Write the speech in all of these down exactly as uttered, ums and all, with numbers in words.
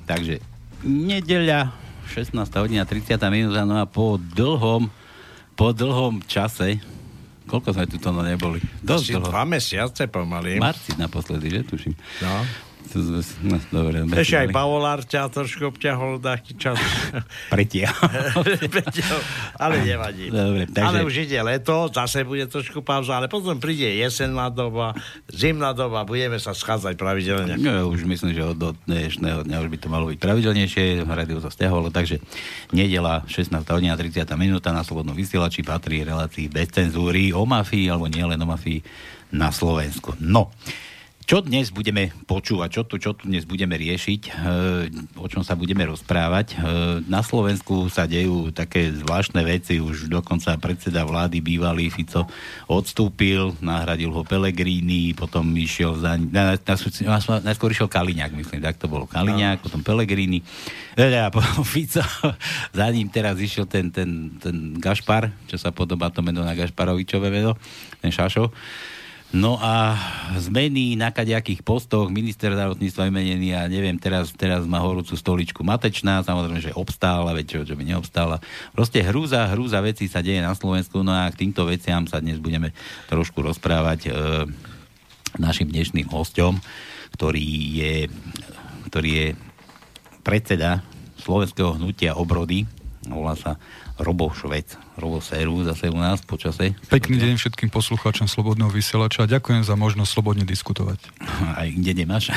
takže nedeľa, šestnásta hodina tridsiata minúta, no a po dlhom, po dlhom čase, koľko sme tu to no neboli? Dosť dlho. Dva mesiace pomaly. Marci naposledy, že tuším. No. No, dobre, ešte aj Pavolár ťa trošku obťahol taký čas. Pretiahol. Ale nevadí. Dobre, takže... Ale už ide leto, zase bude trošku pauza, ale potom príde jesenná doba, zimná doba, budeme sa schádzať pravidelne. No, už myslím, že od dnešného dňa už by to malo byť pravidelnejšie, rádio sa stiahovalo, takže nedeľa, šestnásta hodina tridsiata minúta na Slobodnom vysielači patrí relácii bez cenzúry o mafii, alebo nielen o mafii na Slovensku. No, čo dnes budeme počúvať, čo tu, čo tu dnes budeme riešiť, e, o čom sa budeme rozprávať. E, na Slovensku sa dejú také zvláštne veci, už dokonca predseda vlády bývalý Fico odstúpil, nahradil ho Pellegrini, potom išiel za... Najskôr išiel Kaliňák, myslím, tak to bolo Kaliňák, no. Potom Pellegrini, teda Fico, za ním teraz išiel ten, ten, ten Gašpar, čo sa podobá to meno na Gašparovičové meno, ten Šašo. No a zmeny na kadejakých postoch, minister zdravotníctva vymenený a neviem, teraz, teraz má horúcu stoličku Matečná, samozrejme, že obstála, veď čo, čo by neobstála. Proste hrúza, hrúza veci sa deje na Slovensku, no a k týmto veciam sa dnes budeme trošku rozprávať e, našim dnešným hosťom, ktorý je, ktorý je predseda Slovenského hnutia Obrody, volá sa Robo Švec. Robo Séru zase u nás počase. Pekný deň všetkým poslucháčom Slobodného vysielača. Ďakujem za možnosť slobodne diskutovať. Aj kde nemáš?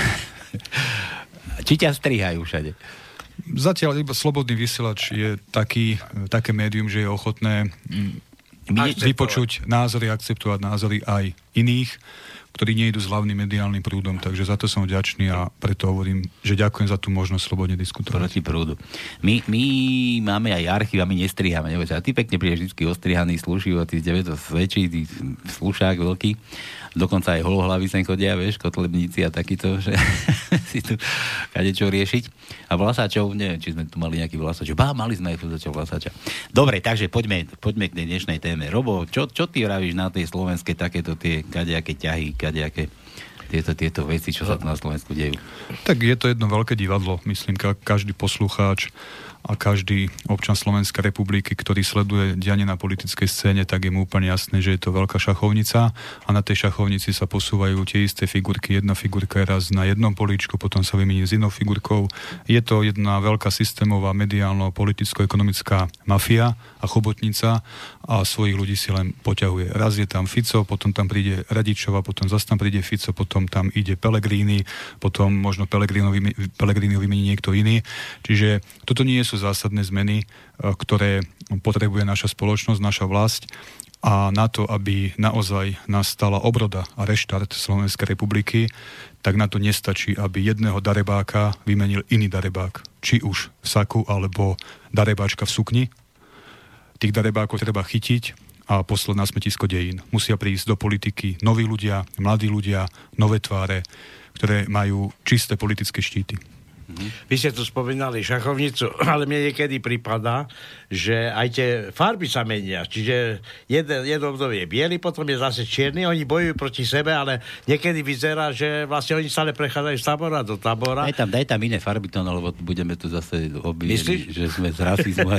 Či ťa strihajú všade? Zatiaľ iba Slobodný vysielač je taký, také médium, že je ochotné My... vypočuť názory, akceptovať názory aj iných, ktorí nejdu s hlavným mediálnym prúdom, takže za to som vďačný a preto hovorím, že ďakujem za tú možnosť slobodne diskutovať. Proti prúdu. My, my máme aj archív a my nestriháme. Nebojte, a ty pekne prídeš vždy ostrihaný, slušivo, ty tebe to svedčí, ty slušák veľký. Dokonca aj holohlavy sem chodia, vieš, kotlebníci a takýto, že si tu kadečo riešiť. A vlasačov, neviem, či sme tu mali nejaký vlasačov. Bá, mali sme aj vlasačov vlasača. Dobre, takže poďme, poďme k tej dnešnej téme. Robo, čo, čo ty vravíš na tej slovenskej takéto tie kadejaké ťahy, kadejaké tieto, tieto veci, čo sa tu na Slovensku dejú? Tak je to jedno veľké divadlo. Myslím, ka- každý poslucháč a každý občan Slovenskej republiky, ktorý sleduje dianie na politickej scéne, tak je mu úplne jasné, že je to veľká šachovnica a na tej šachovnici sa posúvajú tie isté figurky. Jedna figurka je raz na jednom políčku, potom sa vymení s inou figurkou. Je to jedna veľká systémová mediálno-politicko-ekonomická mafia a chobotnica a svojich ľudí si len poťahuje. Raz je tam Fico, potom tam príde Radičová, potom zase tam príde Fico, potom tam ide Pellegrini, potom možno Pellegrini vymení niekto iný. Čiže toto nie sú zásadné zmeny, ktoré potrebuje naša spoločnosť, naša vlast a na to, aby naozaj nastala obroda a reštart Slovenskej republiky, tak na to nestačí, aby jedného darebáka vymenil iný darebák. Či už v saku, alebo darebáčka v sukni. Tých darebákov treba chytiť a poslať na smetisko dejín. Musia prísť do politiky noví ľudia, mladí ľudia, nové tváre, ktoré majú čisté politické štíty. Vy ste tu spomínali šachovnicu, ale mne niekedy prípada, že aj tie farby sa menia. Čiže jeden, jedno obdobie je biely, potom je zase čierny, oni bojujú proti sebe, ale niekedy vyzerá, že vlastne oni stále prechádzajú z tábora do tábora. Daj tam, daj tam iné farby, to, no, lebo budeme tu zase obvinení, že sme z rasizmu.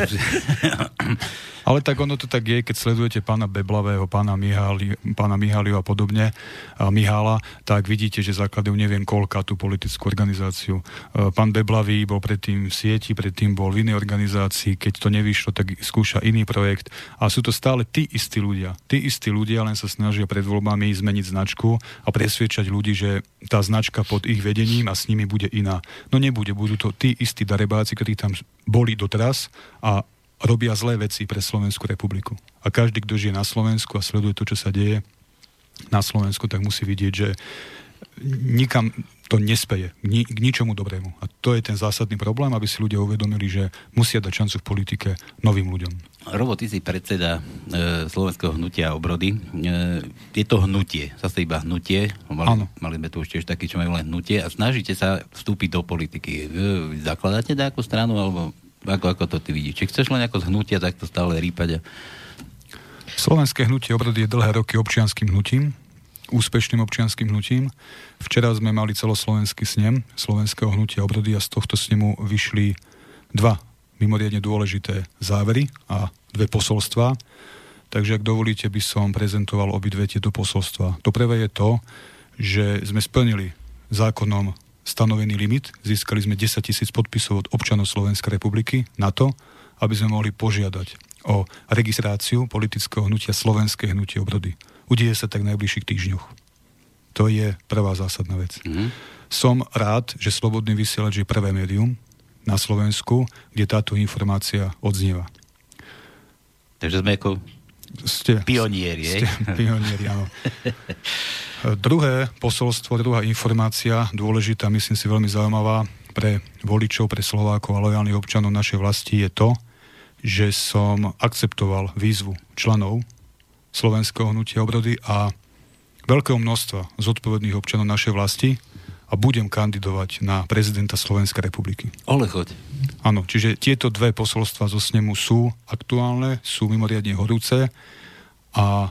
Ale tak ono to tak je, keď sledujete pána Beblavého, pána, Miháli, pána Miháliu a podobne, a Mihála, tak vidíte, že zakladajú neviem koľka tú politickú organizáciu. Pán Beblavý bol predtým v sieti, predtým bol v inej organizácii, keď to nevyšlo, tak skúša iný projekt. A sú to stále tí istí ľudia. Tí istí ľudia len sa snažia pred voľbami zmeniť značku a presviečať ľudí, že tá značka pod ich vedením a s nimi bude iná. No nebude, budú to tí istí darebáci, ktorí tam boli doteraz a robia zlé veci pre Slovenskú republiku. A každý, kto žije na Slovensku a sleduje to, čo sa deje na Slovensku, tak musí vidieť, že nikam to nespeje, ni- k ničomu dobrému. A to je ten zásadný problém, aby si ľudia uvedomili, že musia dať šancu v politike novým ľuďom. Robo, ty si predseda e, Slovenského hnutia Obrody. E, je to hnutie, zase iba hnutie. Mali, mali sme tu už tiež taký, čo majú len hnutie a snažíte sa vstúpiť do politiky. E, zakladáte nejakú stranu, alebo ako, ako to ty vidíš? Či chceš len ako z hnutia takto stále rýpať? A... Slovenské hnutie Obrody je dlhé roky občianskym hnutím. úspešným občianskym hnutím. Včera sme mali celoslovenský snem Slovenského hnutia obrody a z tohto snemu vyšli dva mimoriadne dôležité závery a dve posolstvá. Takže ak dovolíte, by som prezentoval obidve tieto posolstvá. To prvé je to, že sme splnili zákonom stanovený limit, získali sme desaťtisíc podpisov od občanov Slovenskej republiky na to, aby sme mohli požiadať o registráciu politického hnutia Slovenské hnutie obrody. Udeje sa tak v najbližších týždňoch. To je prvá zásadná vec. Mm-hmm. Som rád, že Slobodný vysielač je prvé médium na Slovensku, kde táto informácia odznieva. Takže sme ako ste, pionieri, ste, ste pionieri, áno. Druhé posolstvo, druhá informácia, dôležitá, myslím si veľmi zaujímavá pre voličov, pre Slovákov a lojálnych občanov našej vlasti je to, že som akceptoval výzvu členov Slovenského hnutia obrody a veľkého množstva zodpovedných občanov našej vlasti a budem kandidovať na prezidenta Slovenskej republiky. Ole, choď. Áno, čiže tieto dve posolstvá zo snemu sú aktuálne, sú mimoriadne horúce a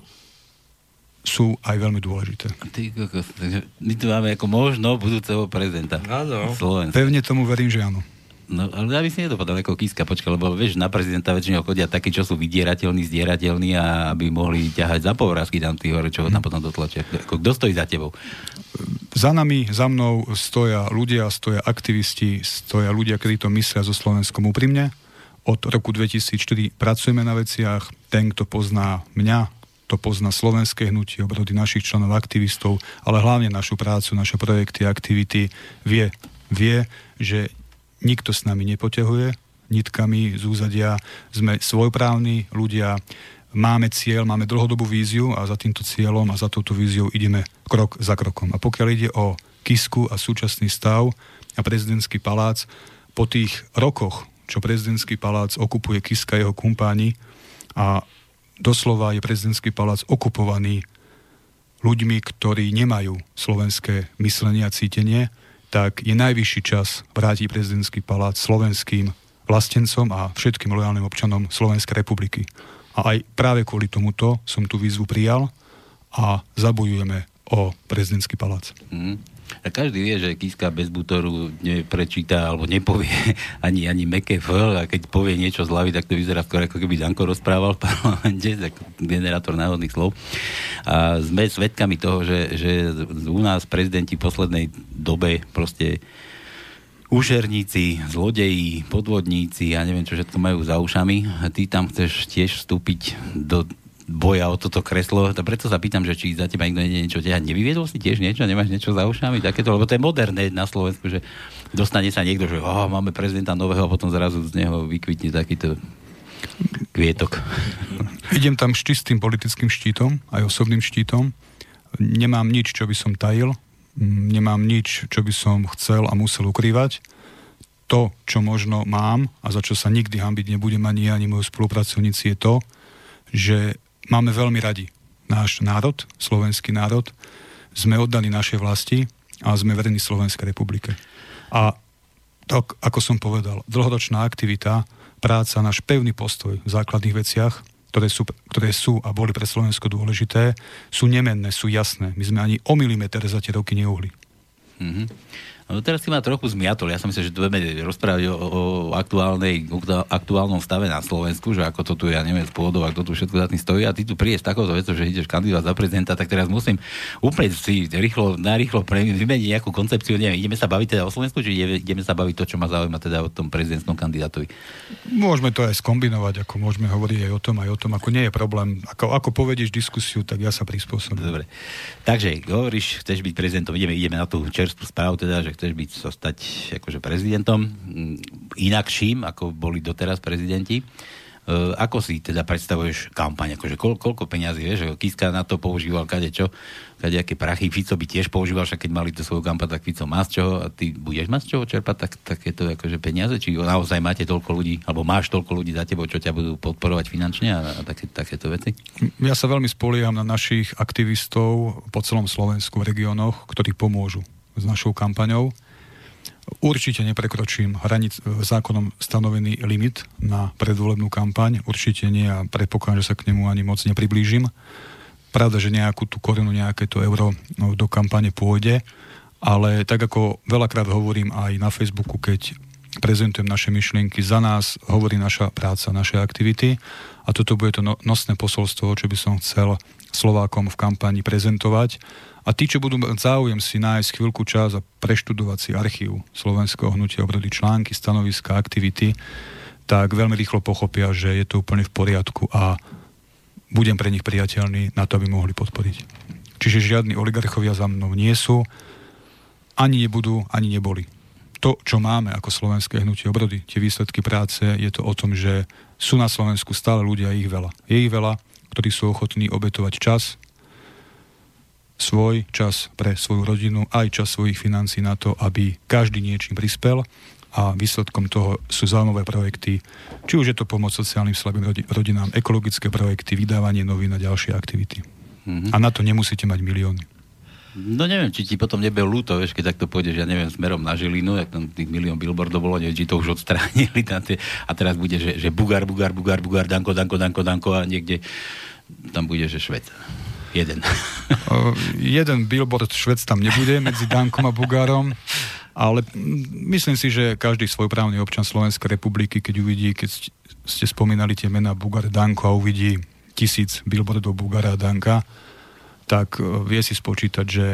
sú aj veľmi dôležité. Ty, kokos, my tu máme ako možno budúceho prezidenta. Áno. Slovenska. Pevne tomu verím, že áno. No, ale ja by si nedopadal ako Kiska, počkaj, lebo vieš, na prezidenta väčšinou chodia takí, čo sú vydierateľní, zdierateľní a aby mohli ťahať za povrázky tam tí hore, čo ho tam potom dotlačia. Kto stojí za tebou? Za nami, za mnou stoja ľudia, stoja aktivisti, stoja ľudia, ktorí to myslia so Slovenskom úprimne. Od roku dvetisícštyri pracujeme na veciach. Ten, kto pozná mňa, to pozná Slovenské hnutie obrody, našich členov, aktivistov, ale hlavne našu prácu, naše projekty, aktivity, vie, vie, že nikto s nami nepoťahuje nitkami z úzadia. Sme svojprávni ľudia, máme cieľ, máme dlhodobú víziu a za týmto cieľom a za touto víziou ideme krok za krokom. A pokiaľ ide o Kisku a súčasný stav a prezidentský palác, po tých rokoch, čo prezidentský palác okupuje Kiska a jeho kumpáni a doslova je prezidentský palác okupovaný ľuďmi, ktorí nemajú slovenské myslenie a cítenie, tak je najvyšší čas vrátiť prezidentský palác slovenským vlastencom a všetkým lojálnym občanom Slovenskej republiky. A aj práve kvôli tomuto som tú výzvu prijal a zabojujeme o prezidentský palác. Mm. A každý vie, že Kiska bez Bútoru neprečíta alebo nepovie ani, ani meké F, a keď povie niečo z hlavy, tak to vyzerá skôr, ako keby Danko rozprával v parlamente, tak generátor náhodných slov. A sme svedkami toho, že, že u nás prezidenti v poslednej dobe proste úšerníci, zlodeji, podvodníci, ja neviem, čo všetko majú za ušami. A ty tam chceš tiež vstúpiť do boja o toto kreslo. To preto sa pýtam, že či za teba niekto niečo ťahať. Nevyviedol si tiež niečo? Nemáš niečo za ušami? Takéto, lebo to je moderné na Slovensku, že dostane sa niekto, že oh, máme prezidenta nového a potom zrazu z neho vykvitne takýto kvietok. Idem tam s čistým politickým štítom, aj osobným štítom. Nemám nič, čo by som tajil. Nemám nič, čo by som chcel a musel ukrývať. To, čo možno mám a za čo sa nikdy hanbiť nebudem ani ja, ani moji spolupracovníci, je to, že máme veľmi radi náš národ, slovenský národ, sme oddani našej vlasti a sme verení Slovenskej republike. A tak, ako som povedal, dlhoročná aktivita, práca, náš pevný postoj v základných veciach, ktoré sú, ktoré sú a boli pre Slovensko dôležité, sú nemenné, sú jasné. My sme ani o milimeter za tie roky neuhli. Mhm. No teraz si ma trochu zmiatol. Ja som myslel, že tu budeme rozprávať o, o aktuálnej, o aktuálnom stave na Slovensku, že ako to tu, ja neviem, z pôvodov, ako to tu všetko za tým stojí a ty tu prídeš s takouto vecou, že ideš kandidovať za prezidenta, tak teraz musím úplne si rýchlo, narýchlo vymeniť nejakú koncepciu. Neviem, ideme sa baviť teda o Slovensku, či ideme sa baviť to, čo ma zaujíma teda o tom prezidentskom kandidátovi? Môžeme to aj skombinovať, ako môžeme hovoriť aj o tom, aj o tom, ako nie je problém. Ako, ako povedieš diskusiu, tak ja sa prispôsobím. Dobre. Takže, hovoríš, chceš byť prezidentom, ideme, ideme na tú čerstvú správu, teda, že chceš byť, sa stať akože prezidentom, inakším, ako boli doteraz prezidenti. Uh, ako si teda predstavuješ kampaň? Akože koľ, koľko peňazí, vieš? Kiska na to používal kadečo, kadejaké prachy. Fico by tiež používal, však keď mali tú svoju kampaň, tak Fico má z čoho a ty budeš mať z čoho čerpať tak, takéto akože peniaze? Či naozaj máte toľko ľudí, alebo máš toľko ľudí za tebou, čo ťa budú podporovať finančne a, a také, takéto veci? Ja sa veľmi spolieham na našich aktivistov po celom Slovensku v regiónoch, ktorí pomôžu s našou kampaňou. Určite neprekročím hranic, zákonom stanovený limit na predvolebnú kampaň. Určite nie a predpokladám, že sa k nemu ani moc nepriblížim. pravda, že nejakú tú korunu, nejaké to euro no, do kampane pôjde, ale tak ako veľakrát hovorím aj na Facebooku, keď prezentujem naše myšlienky, za nás hovorí naša práca, naše aktivity a toto bude to nosné posolstvo, čo by som chcel Slovákom v kampani prezentovať. A tí, čo budú mať záujem si nájsť chvíľku čas a preštudovať si archív Slovenského hnutia obrody, články, stanoviska, aktivity, tak veľmi rýchlo pochopia, že je to úplne v poriadku a budem pre nich priateľný na to, aby mohli podporiť. Čiže žiadni oligarchovia za mnou nie sú, ani nebudú, ani neboli. To, čo máme ako Slovenské hnutie obrody, tie výsledky práce, je to o tom, že sú na Slovensku stále ľudia, ich veľa. Je ich veľa, ktorí sú ochotní obetovať čas, svoj čas pre svoju rodinu, aj čas svojich financií na to, aby každý niečím prispel a výsledkom toho sú zaujímavé projekty, či už je to pomoc sociálnym slabým rodinám, ekologické projekty, vydávanie novín a ďalšie aktivity. Mm-hmm. A na to nemusíte mať milióny. No neviem, či ti potom nebude ľúto, vieš, keď takto pôjdeš, ja neviem, smerom na Žilinu, jak tam tých milión billboardov bolo, neviem, či to už odstránili tie, a teraz bude, že, že Bugár, Bugár, Bugár, Bugár, Danko, Danko, Danko, Danko a niekde tam bude, že Švec. Jeden. Uh, jeden billboard Švec tam nebude medzi Dankom a Bugárom, ale myslím si, že každý svojprávny občan Slovenskej republiky, keď uvidí, keď ste spomínali tie mená Bugár, Danko a uvidí tisíc billboardov Bugára a Danka, tak vie si spočítať, že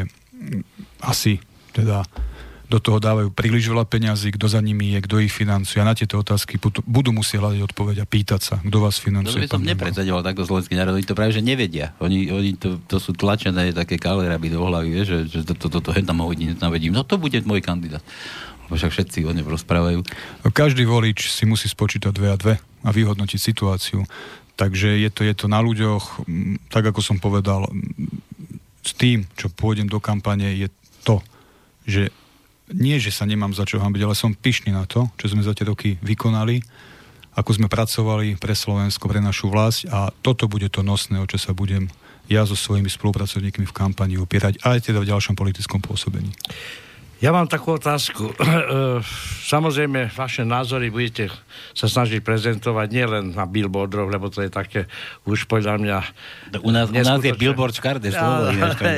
asi teda do toho dávajú príliš veľa peňazí, kto za nimi je, kto ich financuje. A na tieto otázky budú musieť hľadať odpoveď a pýtať sa, kto vás financuje. No by som nepredsaďoval takto slovenský národ, oni to práve, že nevedia. Oni, oni to, to sú tlačené také kaleraby do hlavy, vieš, že, že toto to, to, to hen tam hodí, tam vedím. No to bude môj kandidát. Lebo však všetci o ňom rozprávajú. Každý volič si musí spočítať dve a dve a vyhodnotiť situáciu. Takže je to, je to na ľuďoch, tak ako som povedal, s tým, čo pôjdem do kampane, je to, že nie, že sa nemám za čo hanbiť, ale som pyšný na to, čo sme za tie roky vykonali, ako sme pracovali pre Slovensko, pre našu vlast a toto bude to nosné, o čo sa budem ja so svojimi spolupracovníkmi v kampani opierať, aj teda v ďalšom politickom pôsobení. Ja mám takú otázku. Samozrejme, vaše názory budete sa snažiť prezentovať nielen na billboardoch, lebo to je také už podľa mňa... U nás, u nás je billboard v každej slovo.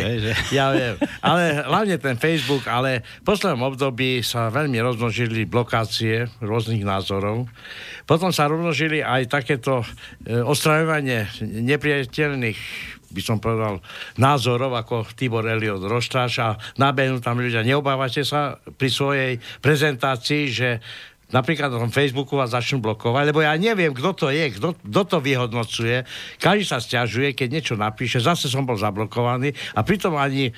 Ja viem. Ale hlavne ten Facebook, ale v poslednom období sa veľmi rozmnožili blokácie rôznych názorov. Potom sa rozmnožili aj takéto odstraňovanie nepriateľných, by som povedal, názorov, ako Tibor Eliot Roštáš a nabehnú tam ľudia. Neobávate sa pri svojej prezentácii, že napríklad na tom Facebooku vás začnú blokovať, lebo ja neviem, kto to je, kto, kto to vyhodnocuje. Každý sa sťažuje, keď niečo napíše, zase som bol zablokovaný a pritom ani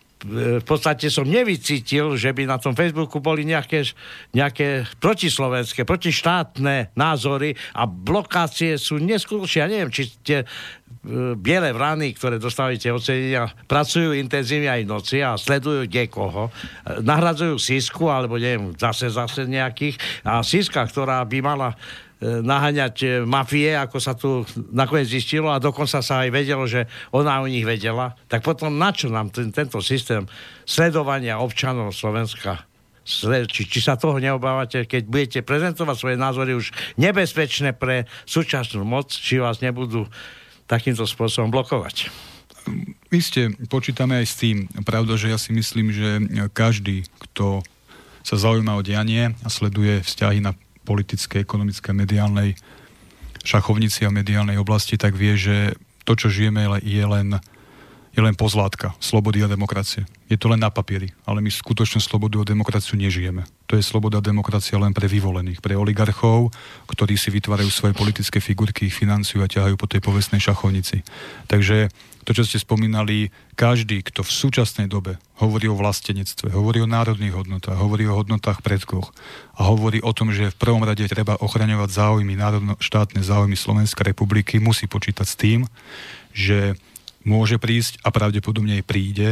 v podstate som nevycítil, že by na tom Facebooku boli nejaké, nejaké protislovenské, protištátne názory a blokácie sú neskutočné. Ja neviem, či tie biele vrany, ktoré dostávajú tie ocenenia, pracujú intenzívne aj v noci a sledujú niekoho. Nahradzujú Sisku, alebo neviem, zase, zase nejakých. A Siska, ktorá by mala naháňať mafie, ako sa tu nakoniec zistilo a dokonca sa aj vedelo, že ona o nich vedela, tak potom na čo nám ten, tento systém sledovania občanov Slovenska? Či, či sa toho neobávate, keď budete prezentovať svoje názory už nebezpečné pre súčasnú moc, či vás nebudú takýmto spôsobom blokovať? Isté, počítame aj s tým. Pravda, že ja si myslím, že každý, kto sa zaujíma o dianie a sleduje vzťahy na politické, ekonomické, mediálnej šachovnici a mediálnej oblasti, tak vie, že to, čo žijeme, je len, je len pozlátka slobody a demokracie. Je to len na papieri, ale my skutočnú slobodu a demokraciu nežijeme. To je sloboda a demokracia len pre vyvolených, pre oligarchov, ktorí si vytvárajú svoje politické figurky, ich financujú a ťahajú po tej povestnej šachovnici. Takže to, čo ste spomínali, každý, kto v súčasnej dobe hovorí o vlastenectve, hovorí o národných hodnotách, hovorí o hodnotách predkoch a hovorí o tom, že v prvom rade treba ochraňovať záujmy, národno-štátne záujmy Slovenskej republiky, musí počítať s tým, že môže prísť a pravdepodobne aj príde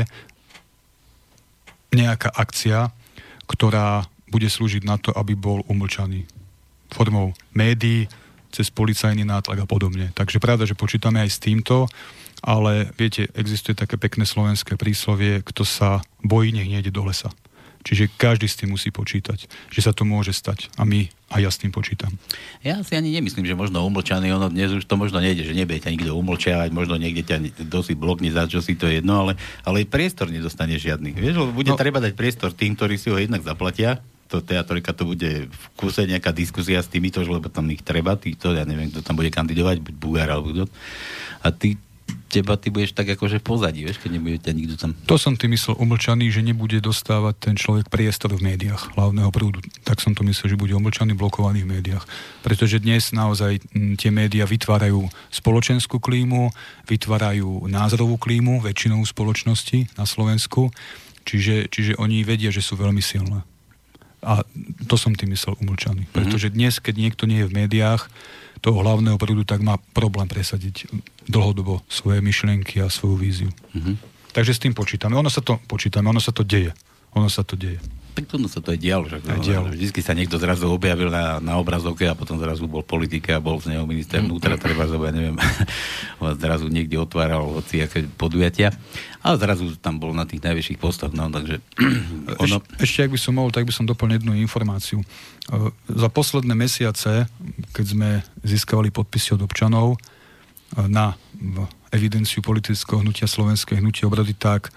nejaká akcia, ktorá bude slúžiť na to, aby bol umlčaný formou médií, cez policajný nátlak a podobne. Takže pravda, že počítame aj s týmto, ale viete, existuje také pekné slovenské príslovie, kto sa bojí, nech nejde do lesa. Čiže každý s tým musí počítať, že sa to môže stať. A my, a ja s tým počítam. Ja si ani nemyslím, že možno umlčaný, ono dnes už to možno nejde, že nebude ťa nikto umlčiavať, možno niekde ťa dosť blokne, za čo si to jedno, ale, ale priestor nedostane žiadny. Vieš, lebo bude no. treba dať priestor tým, ktorí si ho jednak zaplatia. To teatrika, to bude v kuse nejaká diskusia s týmito, lebo tam ich treba, týchto, ja neviem, kto tam bude kandidovať, buď Bugár alebo kto. A ty teba ty budeš tak akože v pozadí, vieš, keď nebude ťa nikto tam... To som ty myslel umlčaný, že nebude dostávať ten človek priestor v médiách hlavného prúdu. Tak som to myslel, že bude umlčaný, blokovaný v médiách. Pretože dnes naozaj m, tie médiá vytvárajú spoločenskú klímu, vytvárajú názorovú klímu väčšinou spoločnosti na Slovensku, čiže, čiže oni vedia, že sú veľmi silné. A to som tým myslel umlčaný. Pretože dnes, keď niekto nie je v médiách toho hlavného prúdu, tak má problém presadiť dlhodobo svoje myšlienky a svoju víziu. Mm-hmm. Takže s tým počítame. Ono sa to počítame, ono sa to deje. Ono sa to deje. Tak to sa to aj dialo. dialo. Vždycky sa niekto zrazu objavil na, na obrazovke a potom zrazu bol politika a bol z neho minister vnútra, treba zobe, neviem, zrazu niekde otváral hociaké podujatia a zrazu tam bol na tých najvyšších postoch. No, takže ono... Eš, ešte, ak by som mohol, tak by som doplnil jednu informáciu. Za posledné mesiace, keď sme získavali podpisy od občanov na evidenciu politického hnutia Slovenské hnutie obrody, tak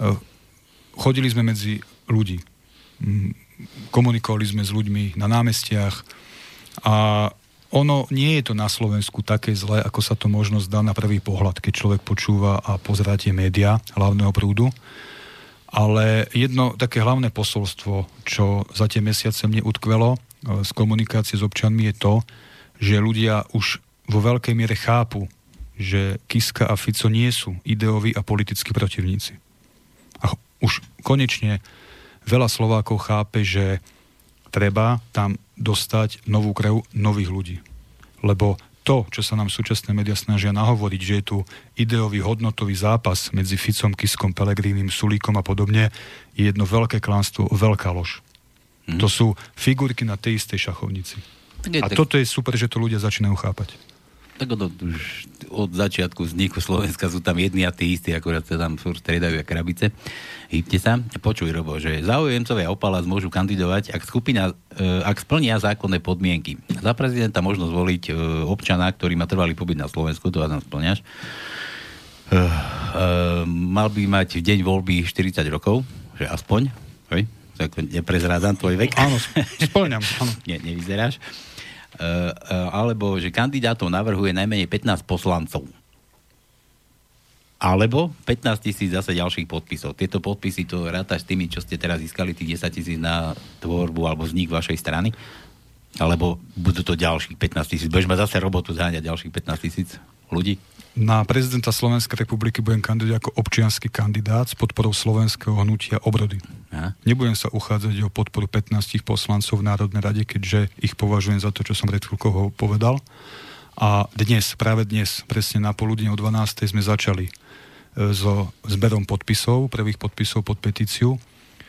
chodili sme medzi ľudí. Komunikovali sme s ľuďmi na námestiach a ono nie je to na Slovensku také zlé, ako sa to možno zdá na prvý pohľad, keď človek počúva a pozerá tie médiá hlavného prúdu. Ale jedno také hlavné posolstvo, čo za tie mesiace mne utkvelo z komunikácie s občanmi, je to, že ľudia už vo veľkej miere chápu, že Kiska a Fico nie sú ideoví a politickí protivníci. A už konečne veľa Slovákov chápe, že treba tam dostať novú krev nových ľudí. Lebo to, čo sa nám súčasné médiá snažia nahovoriť, že je tu ideový hodnotový zápas medzi Ficom, Kiskom, Pelegrínim, Sulíkom a podobne, je jedno veľké klamstvo, veľká lož. Hmm. To sú figurky na tej istej šachovnici. Tak je, a tak... toto je super, že to ľudia začínajú chápať. Tak od, už od začiatku vzniku Slovenska sú tam jedni a tí istí, akurát sa tam striedajú jak krabice. Hýbte sa. Počuj, Robo, že záujemcovia o palác môžu kandidovať, ak skupina, ak splnia zákonné podmienky. Za prezidenta možno zvoliť občana, ktorý má trvalý pobyt na Slovensku, to tam splňaš. Uh, uh, mal by mať v deň voľby štyridsať rokov, že aspoň, hej? Tak neprezrádzam tvoj vek. Áno, spĺňam. Áno. Nie, nevyzeráš. Uh, uh, alebo, že kandidátov navrhuje najmenej pätnásť poslancov. Alebo pätnásť tisíc zase ďalších podpisov. Tieto podpisy to rátaš s tými, čo ste teraz získali, tých desať tisíc na tvorbu alebo vznik vašej strany? Alebo budú to ďalších pätnásť tisíc? Budeš mať zase robotu zháňať ďalších pätnásť tisíc ľudí? Na prezidenta Slovenskej republiky budem kandidovať ako občiansky kandidát s podporou slovenského hnutia Obrody. Aha. Nebudem sa uchádzať o podporu pätnásť poslancov v Národnej rade, keďže ich považujem za to, čo som pred chvíľkou povedal. A dnes, práve dnes, presne na poludne o dvanástej sme začali so zberom podpisov, prvých podpisov pod petíciu,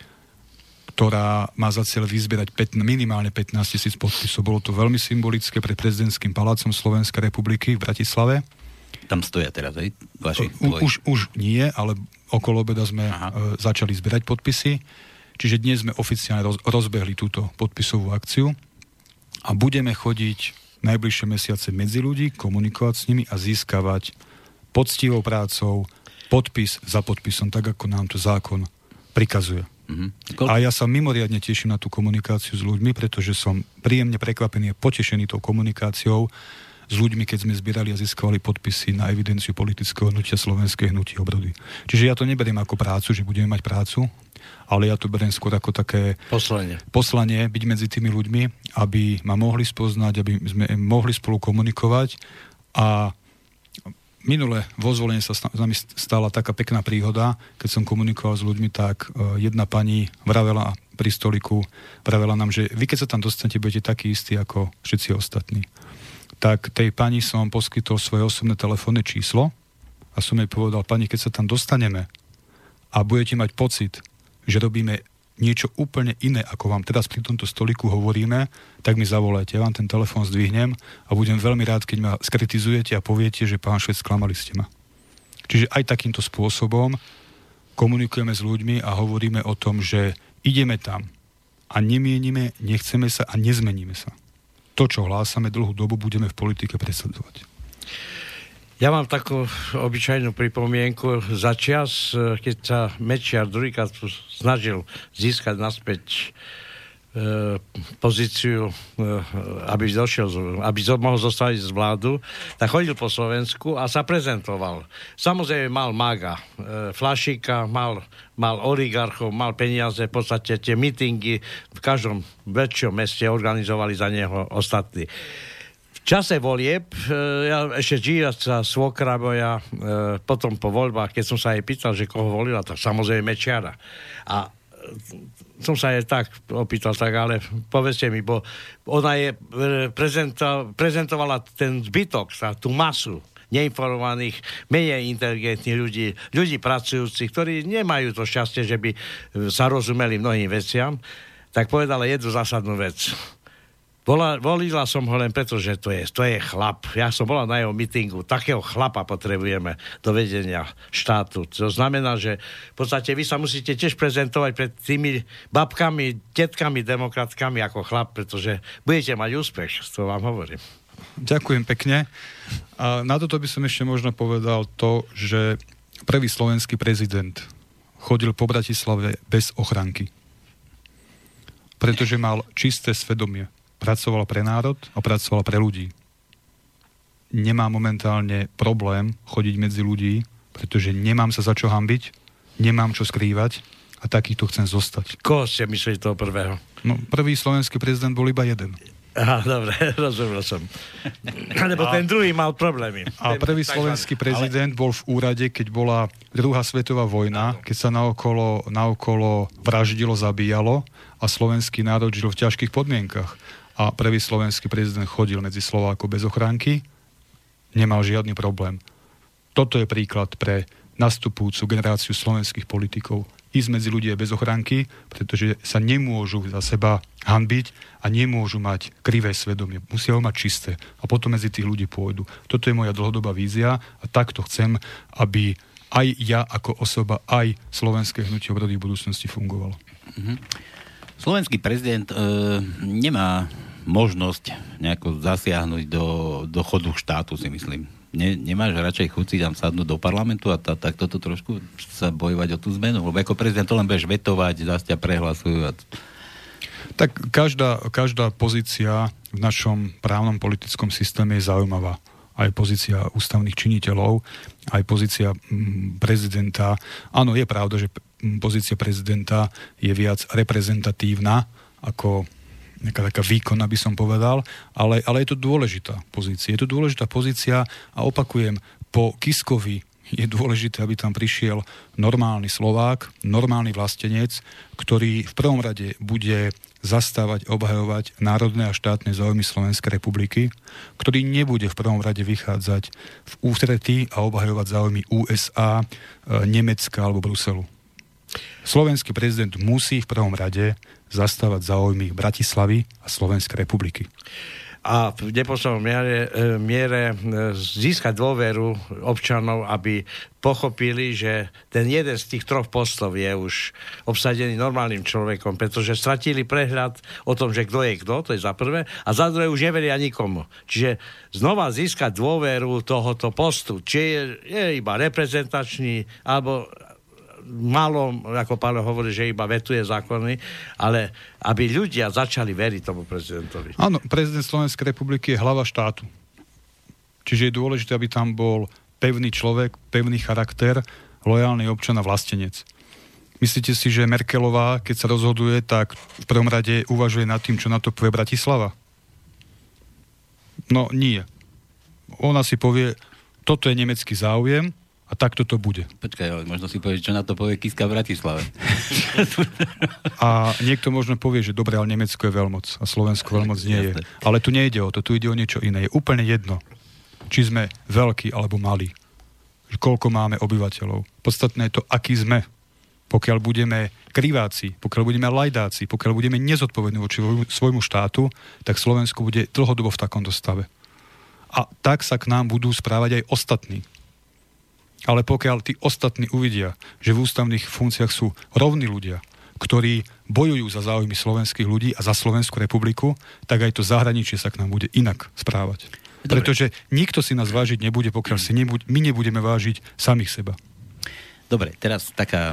ktorá má za cieľ vyzbierať minimálne pätnásť tisíc podpisov. Bolo to veľmi symbolické pred prezidentským palácom Slovenskej republiky v Bratislave. Tam stoja teraz, aj? Vaši, U, už, už nie, ale okolo obeda sme Aha. začali zbierať podpisy. Čiže dnes sme oficiálne roz, rozbehli túto podpisovú akciu a budeme chodiť najbližšie mesiace medzi ľudí, komunikovať s nimi a získavať poctivou prácou podpis za podpisom, tak ako nám to zákon prikazuje. Mm-hmm. A ja sa mimoriadne teším na tú komunikáciu s ľuďmi, pretože som príjemne prekvapený a potešený tou komunikáciou s ľuďmi, keď sme zbierali a získavali podpisy na evidenciu politického hnutia Slovenské hnutie Obrody. Čiže ja to neberiem ako prácu, že budeme mať prácu, ale ja to beriem skôr ako také poslanie. poslanie byť medzi tými ľuďmi, aby ma mohli spoznať, aby sme mohli spolu komunikovať. A minule vo Zvolení sa s nami stala taká pekná príhoda, keď som komunikoval s ľuďmi, tak jedna pani vravela pri stoliku, vravela nám, že vy keď sa tam dostanete, budete takí istí ako všetci ostatní. Tak tej pani som poskytol svoje osobné telefónne číslo a som jej povedal, pani, keď sa tam dostaneme a budete mať pocit, že robíme niečo úplne iné, ako vám teraz pri tomto stoliku hovoríme, tak mi zavolajte. Ja vám ten telefón zdvihnem a budem veľmi rád, keď ma skritizujete a poviete, že pán Švec, sklamali ste ma. Čiže aj takýmto spôsobom komunikujeme s ľuďmi a hovoríme o tom, že Ideme tam a nemienime, nechceme sa a nezmeníme sa. To, čo hlásame dlhú dobu, budeme v politike presadzovať. Ja mám takú obyčajnú pripomienku. Za čas, keď sa Mečiar druhýkrát snažil získať naspäť e, pozíciu, e, aby, došiel, aby mohol zostaviť z vládu, tak chodil po Slovensku a sa prezentoval. Samozrejme mal maga, e, Flašíka, mal, mal oligarchov, mal peniaze, v podstate tie mítingy v každom väčšom meste organizovali za neho ostatní. V čase volieb, ja ešte žiaca svokra moja, e, potom po voľbách, keď som sa jej pýtal, že koho volila, tak samozrejme Mečiara. A som sa jej tak opýtal, tak ale povedzte mi, bo ona je prezento, prezentovala ten zbytok, tú masu neinformovaných, menej inteligentných ľudí, ľudí pracujúcich, ktorí nemajú to šťastie, že by sa rozumeli mnohým veciam, tak povedala jednu zásadnú vec. Bola, volila som ho len preto, že to je, to je chlap. Ja som bola na jeho mítingu. Takého chlapa potrebujeme do vedenia štátu. To znamená, že v podstate vy sa musíte tiež prezentovať pred tými babkami, tetkami, demokratkami ako chlap, pretože budete mať úspech. To vám hovorím. Ďakujem pekne. A na toto by som ešte možno povedal to, že prvý slovenský prezident chodil po Bratislave bez ochranky. Pretože mal čisté svedomie. Pracovala pre národ a pracovala pre ľudí. Nemá momentálne problém chodiť medzi ľudí, pretože nemám sa za čo hanbiť, nemám čo skrývať a takýchto chcem zostať. Koho ste mysleli toho prvého? No, prvý slovenský prezident bol iba jeden. Aha, dobre, rozumel som. Lebo ten druhý mal problémy. A prvý slovenský prezident bol v úrade, keď bola druhá svetová vojna, keď sa naokolo, naokolo vraždilo, zabíjalo a slovenský národ žil v ťažkých podmienkach. A prvý slovenský prezident chodil medzi Slovákov bez ochránky, nemal žiadny problém. Toto je príklad pre nastupujúcu generáciu slovenských politikov. Ísť medzi ľudí bez ochránky, pretože sa nemôžu za seba hanbiť a nemôžu mať krivé svedomie. Musia ho mať čisté a potom medzi tých ľudí pôjdu. Toto je moja dlhodobá vízia a takto chcem, aby aj ja ako osoba, aj slovenské hnutie obrody v budúcnosti fungovalo. Mhm. Slovenský prezident e, nemá možnosť nejako zasiahnuť do, do chodu štátu, si myslím. Ne, nemáš radšej chuť si tam sadnúť do parlamentu a tak toto trošku sa bojovať o tú zmenu? Lebo ako prezident to len budeš vetovať, zase ťa prehlasujú. A... Tak každá, každá pozícia v našom právnom politickom systéme je zaujímavá. Aj pozícia ústavných činiteľov, aj pozícia prezidenta. Áno, je pravda, že pozícia prezidenta je viac reprezentatívna ako nejaká taká výkonná, by som povedal, ale, ale je to dôležitá pozícia. Je to dôležitá pozícia a opakujem, po Kiskovi je dôležité, aby tam prišiel normálny Slovák, normálny vlastenec, ktorý v prvom rade bude zastávať, obhajovať národné a štátne záujmy Slovenskej republiky, ktorý nebude v prvom rade vychádzať v ústretí a obhajovať záujmy ú es á, Nemecka alebo Bruselu. Slovenský prezident musí v prvom rade zastávať záujmy Bratislavy a Slovenskej republiky. A v neposlednom miere, miere získať dôveru občanov, aby pochopili, že ten jeden z tých troch postov je už obsadený normálnym človekom, pretože stratili prehľad o tom, že kto je kto, to je za prvé, a za druhé už neveria nikomu. Čiže znova získať dôveru tohoto postu, či je, je iba reprezentačný, alebo málo, ako Pálo hovorí, že iba vetuje zákony, ale aby ľudia začali veriť tomu prezidentovi. Áno, prezident Slovenskej republiky je hlava štátu. Čiže je dôležité, aby tam bol pevný človek, pevný charakter, lojálny občan a vlastenec. Myslíte si, že Merkelová, keď sa rozhoduje, tak v prvom rade uvažuje nad tým, čo na to povie Bratislava? No nie. Ona si povie, toto je nemecký záujem, a takto to bude. Počkaj, ale možno si povie, čo na to povie Kiska v Bratislave. A niekto možno povie, že dobre, ale Nemecko je veľmoc a Slovensko veľmoc nie je. Ale tu nejde o to, tu ide o niečo iné. Je úplne jedno, či sme veľkí alebo malí. Koľko máme obyvateľov. Podstatné je to, aký sme. Pokiaľ budeme kriváci, pokiaľ budeme lajdáci, pokiaľ budeme nezodpovední voči svojmu štátu, tak Slovensko bude dlhodobo v takomto stave. A tak sa k nám budú správať aj ostatní. Ale pokiaľ tí ostatní uvidia, že v ústavných funkciách sú rovní ľudia, ktorí bojujú za záujmy slovenských ľudí a za Slovenskú republiku, tak aj to zahraničie sa k nám bude inak správať. Dobre. Pretože nikto si nás vážiť nebude, pokiaľ si nebuď, my nebudeme vážiť samých seba. Dobre, teraz taká...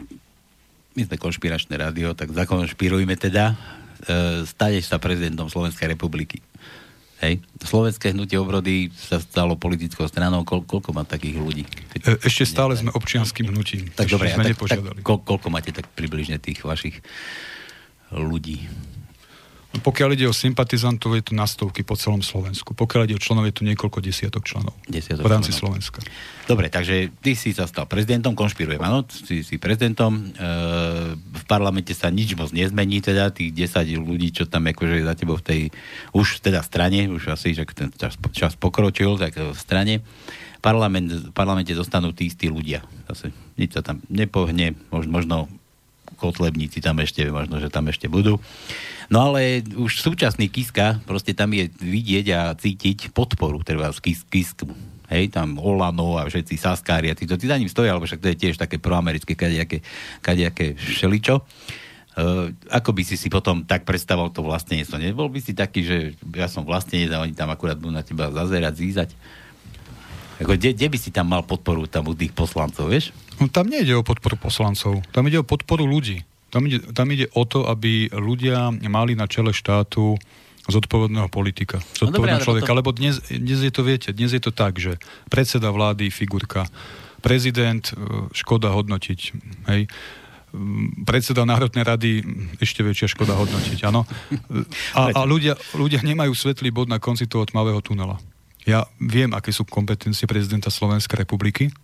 My sme konšpiračné rádio, tak zakonšpirujme teda. E, staneš sa prezidentom Slovenskej republiky. Hej. Slovenské hnutie obrody sa stalo politickou stranou. Ko, koľko má takých ľudí? E, ešte stále sme občianskym hnutím. Tak ešte dobre, sme tak, nepožiadali. tak ko, koľko máte tak približne tých vašich ľudí? Pokiaľ ide o sympatizantov, je to na stovky po celom Slovensku. Pokiaľ ide o členov, je tu niekoľko desiatok členov. Desiatok v rámci členov. Slovenska. Dobre, takže ty si sa stal prezidentom, konšpirujem, áno, si, si prezidentom. E, v parlamente sa nič moc nezmení, teda tých desať ľudí, čo tam akože za tebou v tej, už teda strane, už asi, že ten čas, čas pokročil, tak v strane. Parlament, v parlamente zostanú tí istí ľudia. Zase nič sa tam nepohne, možno, možno kotlebníci tam ešte, možno, že tam ešte budú. No ale už súčasný Kiska, proste tam je vidieť a cítiť podporu, treba z Kis, Kisku. Hej, tam Olano a všetci Saskári a títo, tí za ním stoja, alebo však to je tiež také proamerické, kadejaké, kadejaké šeličo. Uh, ako by si si potom tak predstavoval to vlastenectvo? Nebol by si taký, že ja som vlastenec a oni tam akurát budú na teba zazerať, zízať? Ako, kde, kde by si tam mal podporu tam u tých poslancov, vieš? No, tam nejde o podporu poslancov, tam ide o podporu ľudí. Tam ide, tam ide o to, aby ľudia mali na čele štátu zodpovedného politika, zodpovedného no, človeka. To... Lebo dnes, dnes je to, viete, dnes je to tak, že predseda vlády, figurka, prezident, škoda hodnotiť, hej, predseda Národnej rady, ešte väčšia škoda hodnotiť, áno. A, a ľudia, ľudia nemajú svetlý bod na konci toho tmavého tunela. Ja viem, aké sú kompetencie prezidenta Slovenskej republiky,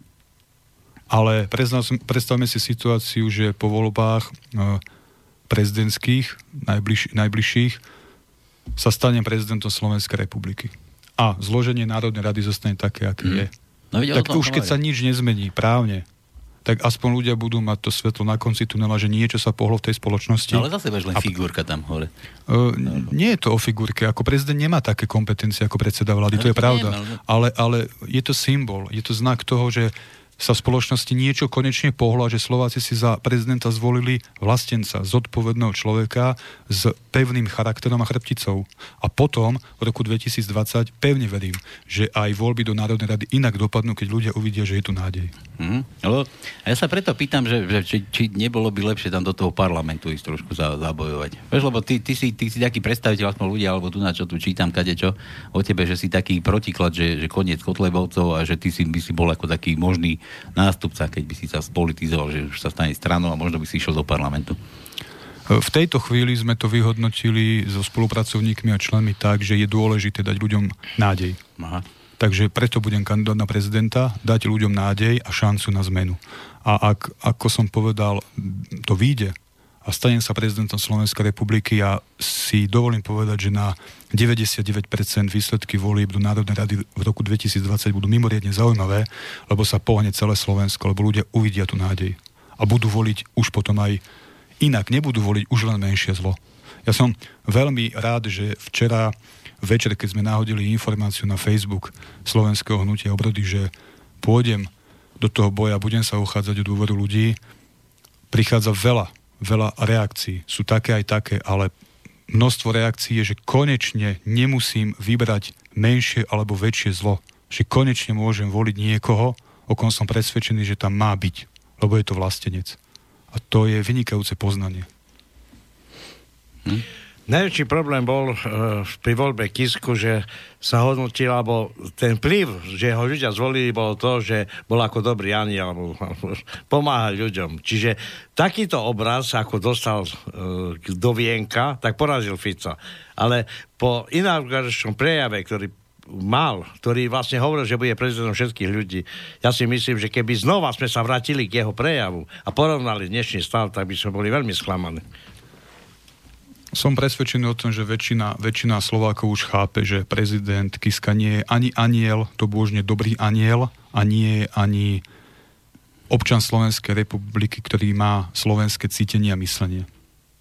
ale predstavme si situáciu, že po voľbách prezidentských, najbliž, najbližších, sa stane prezidentom Slovenskej republiky. A zloženie Národnej rady zostane také, aké mm. je. No, tak už keď sa nič nezmení právne, tak aspoň ľudia budú mať to svetlo na konci tunela, že niečo sa pohlo v tej spoločnosti. No, ale zase máš len a... figurka tam hore. Uh, nie je to o figurke. Ako prezident nemá také kompetencie ako predseda vlády, no, to je to pravda. Nie, ale, ale je to symbol, je to znak toho, že sa v spoločnosti niečo konečne pohlo a že Slováci si za prezidenta zvolili vlastenca, zodpovedného človeka s pevným charakterom a chrbticou. A potom, v roku dvetisícdvadsať, pevne verím, že aj voľby do Národnej rady inak dopadnú, keď ľudia uvidia, že je tu nádej. Mm-hmm. A ja sa preto pýtam, že, že či, či nebolo by lepšie tam do toho parlamentu ísť trošku za, zabojovať. Vieš, lebo ty, ty, si, ty si taký predstaviteľ, aspoň ľudia, alebo tu na čo tu čítam, kadečo o tebe, že si taký protiklad, že, že koniec Kotlebovcov a že ty si, by si bol ako taký možný nástupca, keď by si sa spolitizoval, že už sa stane stranou a možno by si išiel do parlamentu. V tejto chvíli sme to vyhodnotili so spolupracovníkmi a členmi tak, že je dôležité dať ľuďom nádej. Aha. Takže preto budem kandidovať na prezidenta, dať ľuďom nádej a šancu na zmenu. A ak, ako som povedal, to vyjde a stanem sa prezidentom Slovenskej republiky, ja si dovolím povedať, že na deväťdesiatdeväť percent výsledky volieb do Národnej rady v roku dvetisícdvadsať budú mimoriadne zaujímavé, lebo sa pohne celé Slovensko, lebo ľudia uvidia tú nádej a budú voliť už potom aj inak, nebudú voliť už len menšie zlo. Ja som veľmi rád, že včera večer, keď sme nahodili informáciu na Facebook Slovenského hnutia obrody, že pôjdem do toho boja, budem sa uchádzať o dôveru ľudí, prichádza veľa, veľa reakcií. Sú také aj také, ale množstvo reakcií je, že konečne nemusím vybrať menšie alebo väčšie zlo. Že konečne môžem voliť niekoho, o kom som presvedčený, že tam má byť, lebo je to vlastenec. A to je vynikajúce poznanie. Hm? Najväčší problém bol uh, pri voľbe Kisku, že sa hodnotil, alebo ten vplyv, že ho ľudia zvolili, bolo to, že bol ako dobrý aniel, alebo, alebo pomáhať ľuďom. Čiže takýto obraz, ako dostal uh, do vienka, tak porazil Fica. Ale po inauguračnom prejave, ktorý mal, ktorý vlastne hovoril, že bude prezidentom všetkých ľudí. Ja si myslím, že keby znova sme sa vrátili k jeho prejavu a porovnali dnešný stav, tak by sme boli veľmi sklamaní. Som presvedčený o tom, že väčšina, väčšina Slovákov už chápe, že prezident Kiska nie je ani aniel, to božne dobrý aniel, a nie je ani občan Slovenskej republiky, ktorý má slovenské cítenie a myslenie.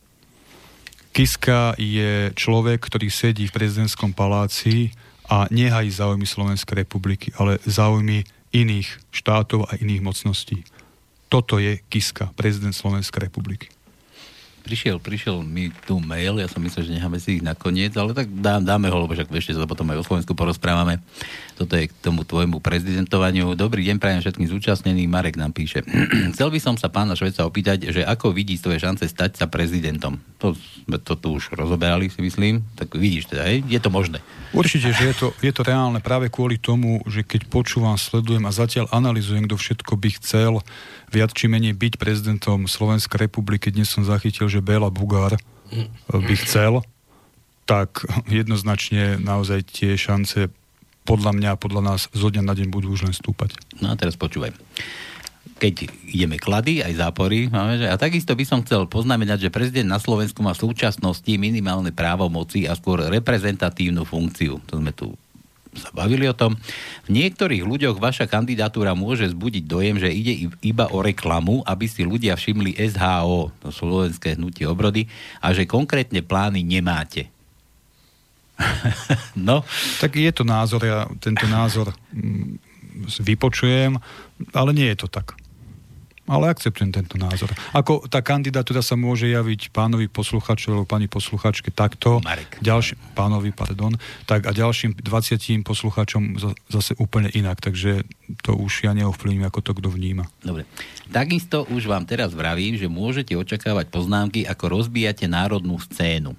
Kiska je človek, ktorý sedí v prezidentskom paláci a nehají záujmy Slovenskej republiky, ale záujmy iných štátov a iných mocností. Toto je Kiska, prezident Slovenskej republiky. prišiel, prišiel mi tu mail, ja som myslel, že necháme si ich nakoniec, ale tak dá, dáme ho, lebo však ešte sa potom aj o Slovensku porozprávame. Toto je k tomu tvojmu prezidentovaniu. Dobrý deň, prajem všetkým zúčastneným. Marek nám píše. Chcel by som sa pána Šveca opýtať, že ako vidí svoje šance stať sa prezidentom. To sme to tu už rozoberali, si myslím. Tak vidíš teda, hej? Je to možné? Určite, že je to, je to reálne práve kvôli tomu, že keď počúvam, sledujem a zatiaľ analyzujem, kto všetko by chcel viac či menej byť prezidentom Slovenskej republiky. Dnes som zachytil, že Béla Bugár by chcel, tak jednoznačne naozaj tie šance podľa mňa, podľa nás zo dňa na deň budú už len stúpať. No a teraz počúvaj. Keď ideme klady, aj zápory, máme, že? A takisto by som chcel poznamenať, že prezident na Slovensku má v súčasnosti minimálne právomoci a skôr reprezentatívnu funkciu. To sme tu sa bavili o tom. V niektorých ľuďoch vaša kandidatúra môže zbudiť dojem, že ide iba o reklamu, aby si ľudia všimli es há ó, to Slovenské hnutie obrody, a že konkrétne plány nemáte. No. Tak je to názor, ja tento názor vypočujem, ale nie je to tak. Ale akceptujem tento názor. Ako tá kandidatúra sa môže javiť pánovi posluchačovi alebo pani posluchačke takto, Marek. Ďalší, pánovi, pardon, tak a ďalším dvadsiatim posluchačom zase úplne inak, takže to už ja neovplyvním, ako to kto vníma. Dobre. Takisto už vám teraz vravím, že môžete očakávať poznámky, ako rozbíjate národnú scénu.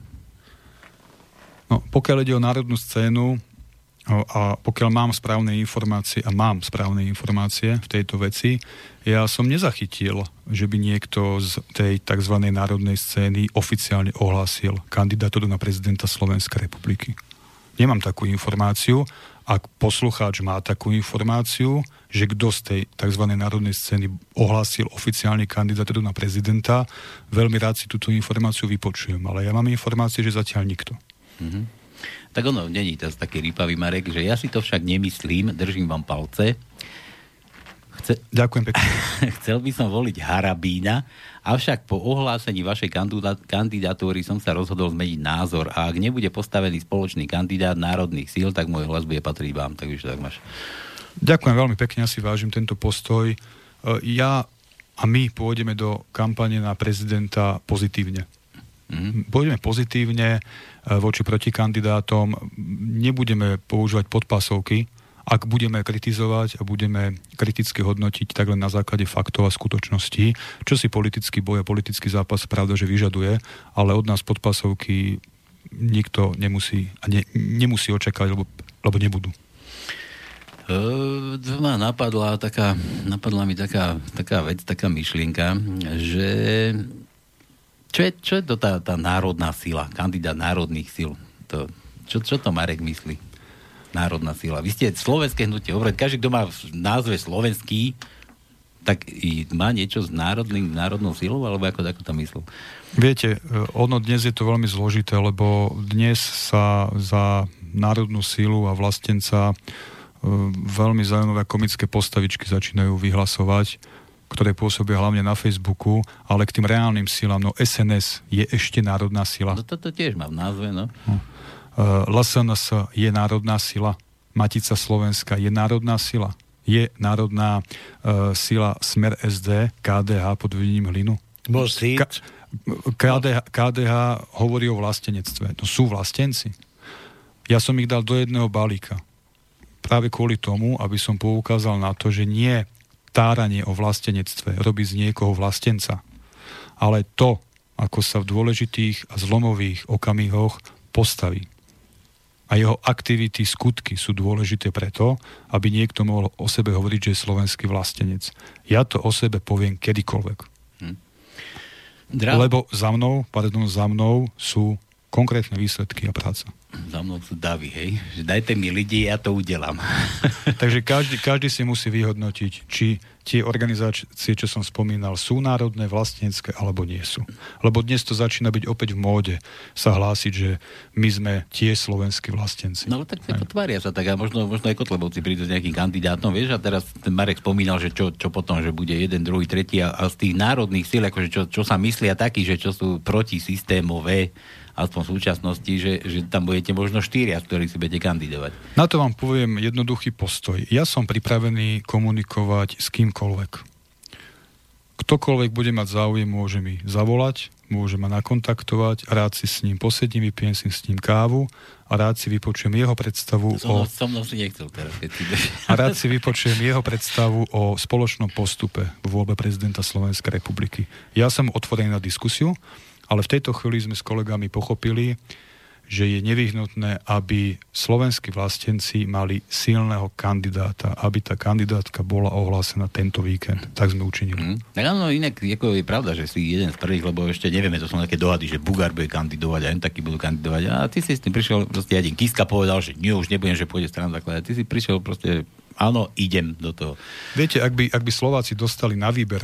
No, pokiaľ ide o národnú scénu a pokiaľ mám správne informácie a mám správne informácie v tejto veci, ja som nezachytil, že by niekto z tej tzv. Národnej scény oficiálne ohlásil kandidatúru na prezidenta Slovenskej republiky. Nemám takú informáciu. Ak poslucháč má takú informáciu, že kto z tej tzv. Národnej scény ohlásil oficiálne kandidatúru na prezidenta, veľmi rád si túto informáciu vypočujem. Ale ja mám informácie, že zatiaľ nikto. Mm-hmm. Tak ono, není to taký rýpavý, Marek, že ja si to však nemyslím, držím vám palce. Chce... Ďakujem pekne. Chcel by som voliť Harabína, avšak po ohlásení vašej kandidatúry som sa rozhodol zmeniť názor a ak nebude postavený spoločný kandidát národných síl, tak môj hlas bude patriť vám, takže tak máš. Ďakujem veľmi pekne, ja si vážim tento postoj. Ja a my pôjdeme do kampane na prezidenta pozitívne. Mm-hmm. Pôjdeme pozitívne voči protikandidátom, nebudeme používať podpasovky, ak budeme kritizovať a budeme kriticky hodnotiť, tak len na základe faktov a skutočností, čo si politický boj a politický zápas pravda, že vyžaduje, ale od nás podpasovky nikto nemusí a ne, nemusí očakávať, lebo, lebo nebudú. Uh, ma napadla taká, napadla mi taká, taká vec, taká myšlienka, že Čo je, čo je to tá, tá národná sila, kandidát národných síl? To, čo, čo to Marek myslí? Národná sila. Vy ste Slovenské hnutie obrody. Každý, kto má v názve slovenský, tak má niečo s národným, národnou silou, alebo ako, ako to myslel? Viete, ono dnes je to veľmi zložité, lebo dnes sa za národnú silu a vlastenca veľmi zaujímavé komické postavičky začínajú vyhlasovať, ktoré pôsobia hlavne na Facebooku, ale k tým reálnym silám, no es en es je ešte národná sila. No toto tiež má v názve, no. Uh, el es en es je národná sila. Matica Slovenska je národná sila. Je národná uh, sila Smer es dé, ká dé há pod vedením Hlinu. Ka- ká dé há, ká dé há hovorí o vlastenectve. To sú vlastenci. Ja som ich dal do jedného balíka. Práve kvôli tomu, aby som poukázal na to, že nie táranie o vlastenectve robí z niekoho vlastenca. Ale to, ako sa v dôležitých a zlomových okamihoch postaví. A jeho aktivity, skutky sú dôležité preto, aby niekto mohol o sebe hovoriť, že je slovenský vlastenec. Ja to o sebe poviem kedykoľvek. Hm. Lebo za mnou, pardon, za mnou sú konkrétne výsledky a práca. Za mnou sú davy, hej? Že dajte mi ľudí, ja to udelám. Takže každý, každý si musí vyhodnotiť, či tie organizácie, čo som spomínal, sú národné, vlastenecké, alebo nie sú. Lebo dnes to začína byť opäť v móde sa hlásiť, že my sme tie slovenskí vlastenci. No tak potvária sa tak a možno, možno aj Kotlebovci prídu s nejakým kandidátom, vieš, a teraz ten Marek spomínal, že čo, čo potom, že bude jeden, druhý, tretí a, a z tých národných síl, akože čo, čo sa myslia takí, že čo sú protisystémové, aspoň v súčasnosti, že, že tam budete možno štyria, ktorí si budete kandidovať. Na to vám poviem jednoduchý postoj. Ja som pripravený komunikovať s kýmkoľvek, Ktokoľvek bude mať záujem, môže mi zavolať, môže ma nakontaktovať, rád si s ním posedím, vypijem si s ním kávu a rád si vypočujem jeho predstavu som, o... Som mnou si nechcel teraz. A rád si vypočujem jeho predstavu o spoločnom postupe v voľbe prezidenta Slovenskej republiky. Ja som otvorený na diskusiu, ale v tejto chvíli sme s kolegami pochopili, že je nevyhnutné, aby slovenskí vlastenci mali silného kandidáta, aby tá kandidátka bola ohlásená tento víkend. Tak sme učinili. Mm. Tak áno, inak ako je pravda, že si jeden z prvých, lebo ešte nevieme, to sú nejaké dohady, že Bugár bude kandidovať a jen takí budú kandidovať. A ty si s tým prišiel, proste jeden Kiska povedal, že nie, už nebudem, že pôjde stranu zakladať. Ty si prišiel proste, áno, idem do toho. Viete, ak by, ak by Slováci dostali na výber,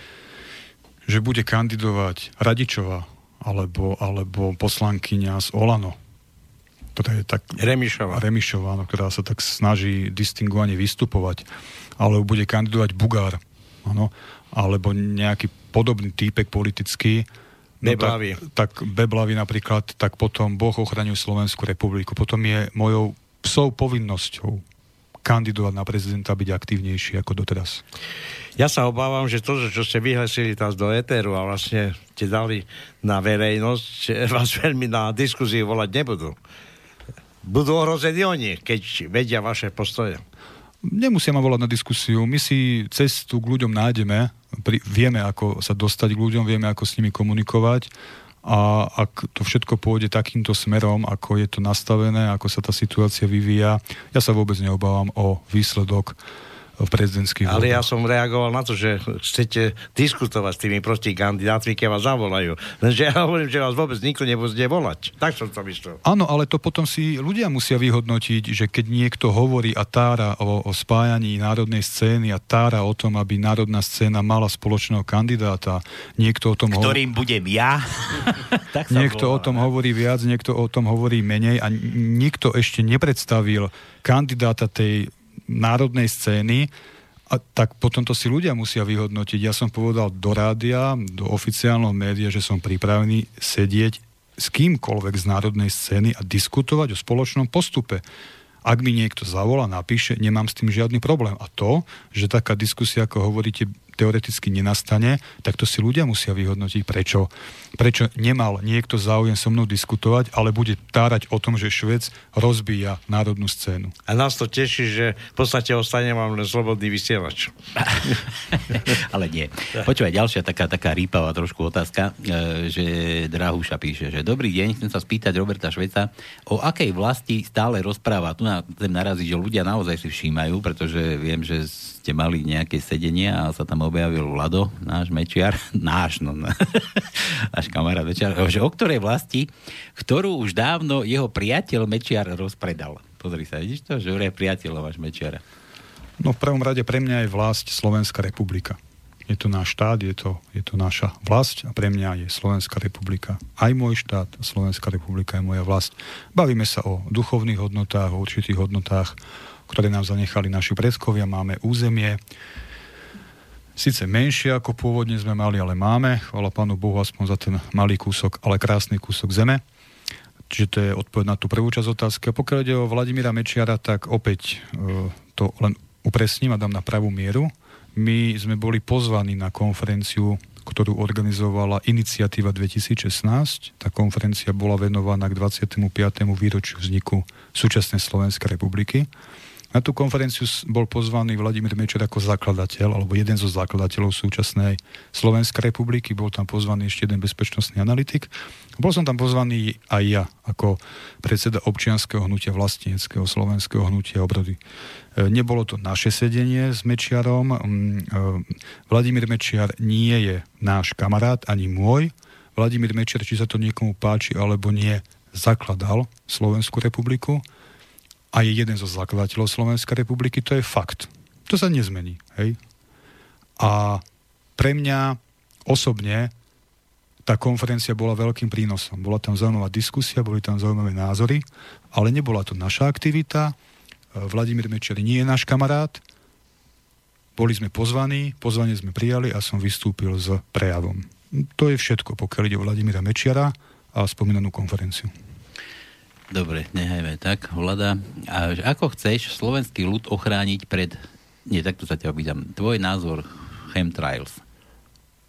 že bude kandidovať Radičová, alebo, alebo poslankyňa z Olano, ktorá je tak... Remišová. Remišová, no, ktorá sa tak snaží distingovane vystupovať, alebo bude kandidovať Bugár, ano, alebo nejaký podobný týpek politický, no, Beblavý. Tak, tak Beblavý napríklad, tak potom Boh ochraňuje Slovenskú republiku. Potom je mojou psou povinnosťou kandidovať na prezidenta, byť aktívnejší ako doteraz. Ja sa obávam, že to, čo ste vyhlasili teraz do éteru a vlastne ste dali na verejnosť, vás veľmi na diskusiu volať nebudú. Budú ohrození oni, keď vedia vaše postoje. Nemusia ma volať na diskusiu. My si cestu k ľuďom nájdeme, pri, vieme, ako sa dostať k ľuďom, vieme, ako s nimi komunikovať a ak to všetko pôjde takýmto smerom, ako je to nastavené, ako sa tá situácia vyvíja, ja sa vôbec neobávam o výsledok v prezidentských voľbách. Ale ja som reagoval na to, že chcete diskutovať s tými protikandidátmi, keď vás zavolajú. Lenže ja hovorím, že vás vôbec nikto nebude volať. Tak som to myslel. Áno, ale to potom si ľudia musia vyhodnotiť, že keď niekto hovorí a tára o, o spájaní národnej scény a tára o tom, aby národná scéna mala spoločného kandidáta, niekto o tom ktorým hovorí... budem ja. Tak niekto volá, o tom ne? hovorí viac, niekto o tom hovorí menej a nikto ešte nepredstavil kandidáta tej národnej scény, a tak potom to si ľudia musia vyhodnotiť. Ja som povedal do rádia, do oficiálneho média, že som pripravený sedieť s kýmkoľvek z národnej scény a diskutovať o spoločnom postupe. Ak mi niekto zavolá, napíše, nemám s tým žiadny problém. A to, že taká diskusia, ako hovoríte, teoreticky nenastane, tak to si ľudia musia vyhodnotiť, prečo. Prečo nemal niekto záujem so mnou diskutovať, ale bude tárať o tom, že Švéd rozbíja národnú scénu. A nás to teší, že v podstate ostane vám len slobodný vysielač. Ale nie. Počúvaj, ďalšia taká, taká rýpavá trošku otázka, že Drahúša píše, že dobrý deň, chcem sa spýtať Roberta Šveca, o akej vlasti stále rozpráva. Tu na zem narazí, že ľudia naozaj si všímajú, pretože viem, že ste mali nejaké sedenie a sa tam objavil Vlado, náš Mečiar, náš, no, náš kamarát Mečiar, že o ktorej vlasti, ktorú už dávno jeho priateľ Mečiar rozpredal. Pozri sa, vidíš to? Že je priateľ váš Mečiara. No v prvom rade pre mňa je vlast Slovenská republika. Je to náš štát, je to, je to naša vlast a pre mňa je Slovenská republika. Aj môj štát, Slovenská republika je moja vlast. Bavíme sa o duchovných hodnotách, o určitých hodnotách, ktoré nám zanechali naši predkovia. Máme územie, síce menšie ako pôvodne sme mali, ale máme. Chvála Pánu Bohu aspoň za ten malý kúsok, ale krásny kúsok zeme. Čiže to je odpoveď na tú prvú časť otázky. A pokiaľ ide o Vladimíra Mečiara, tak opäť e, to len upresním a dám na pravú mieru. My sme boli pozvaní na konferenciu, ktorú organizovala Iniciatíva dvetisícšestnásť. Tá konferencia bola venovaná k dvadsiatemu piatemu výročiu vzniku súčasnej Slovenskej republiky. Na tú konferenciu bol pozvaný Vladimír Mečiar ako zakladateľ, alebo jeden zo zakladateľov súčasnej Slovenskej republiky. Bol tam pozvaný ešte jeden bezpečnostný analytik. Bol som tam pozvaný aj ja, ako predseda občianskeho hnutia, vlasteneckého slovenského hnutia Obrody. Nebolo to naše sedenie s Mečiarom. Vladimír Mečiar nie je náš kamarát, ani môj. Vladimír Mečiar, či sa to niekomu páči, alebo nie, zakladal Slovenskú republiku a je jeden zo zakladateľov Slovenskej republiky, to je fakt. To sa nezmení. Hej? A pre mňa osobne tá konferencia bola veľkým prínosom. Bola tam zaujímavá diskusia, boli tam zaujímavé názory, ale nebola to naša aktivita. Vladimír Mečiar nie je náš kamarát. Boli sme pozvaní, pozvanie sme prijali a som vystúpil s prejavom. To je všetko, pokiaľ ide o Vladimíra Mečiara a spomínanú konferenciu. Dobre, nehajme tak, Vlada. A ako chceš slovenský ľud ochrániť pred... Nie, takto sa ťa opýtam. Tvoj názor chemtrails.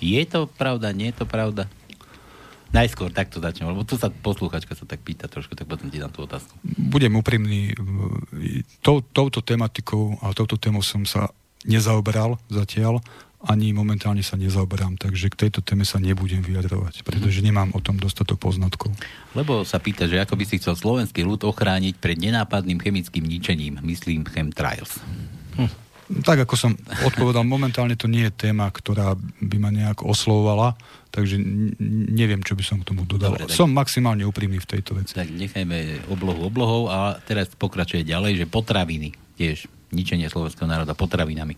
Je to pravda, nie je to pravda? Najskôr takto začnem, lebo tu sa poslúchačka sa tak pýta trošku, tak potom ti dám tú otázku. Budem úprimný. Tou, touto tematikou a touto témou som sa nezaoberal zatiaľ, ani momentálne sa nezaoberám, takže k tejto téme sa nebudem vyjadrovať, pretože nemám o tom dostatok poznatkov. Lebo sa pýta, že ako by si chcel slovenský ľud ochrániť pred nenápadným chemickým ničením, myslím chemtrails. Hm. Tak, ako som odpovedal, momentálne to nie je téma, ktorá by ma nejak oslovovala, takže neviem, čo by som k tomu dodal. Dobre, som maximálne úprimný v tejto veci. Tak nechajme oblohu oblohou a teraz pokračuje ďalej, že potraviny, tiež ničenie slovenského národa potravinami.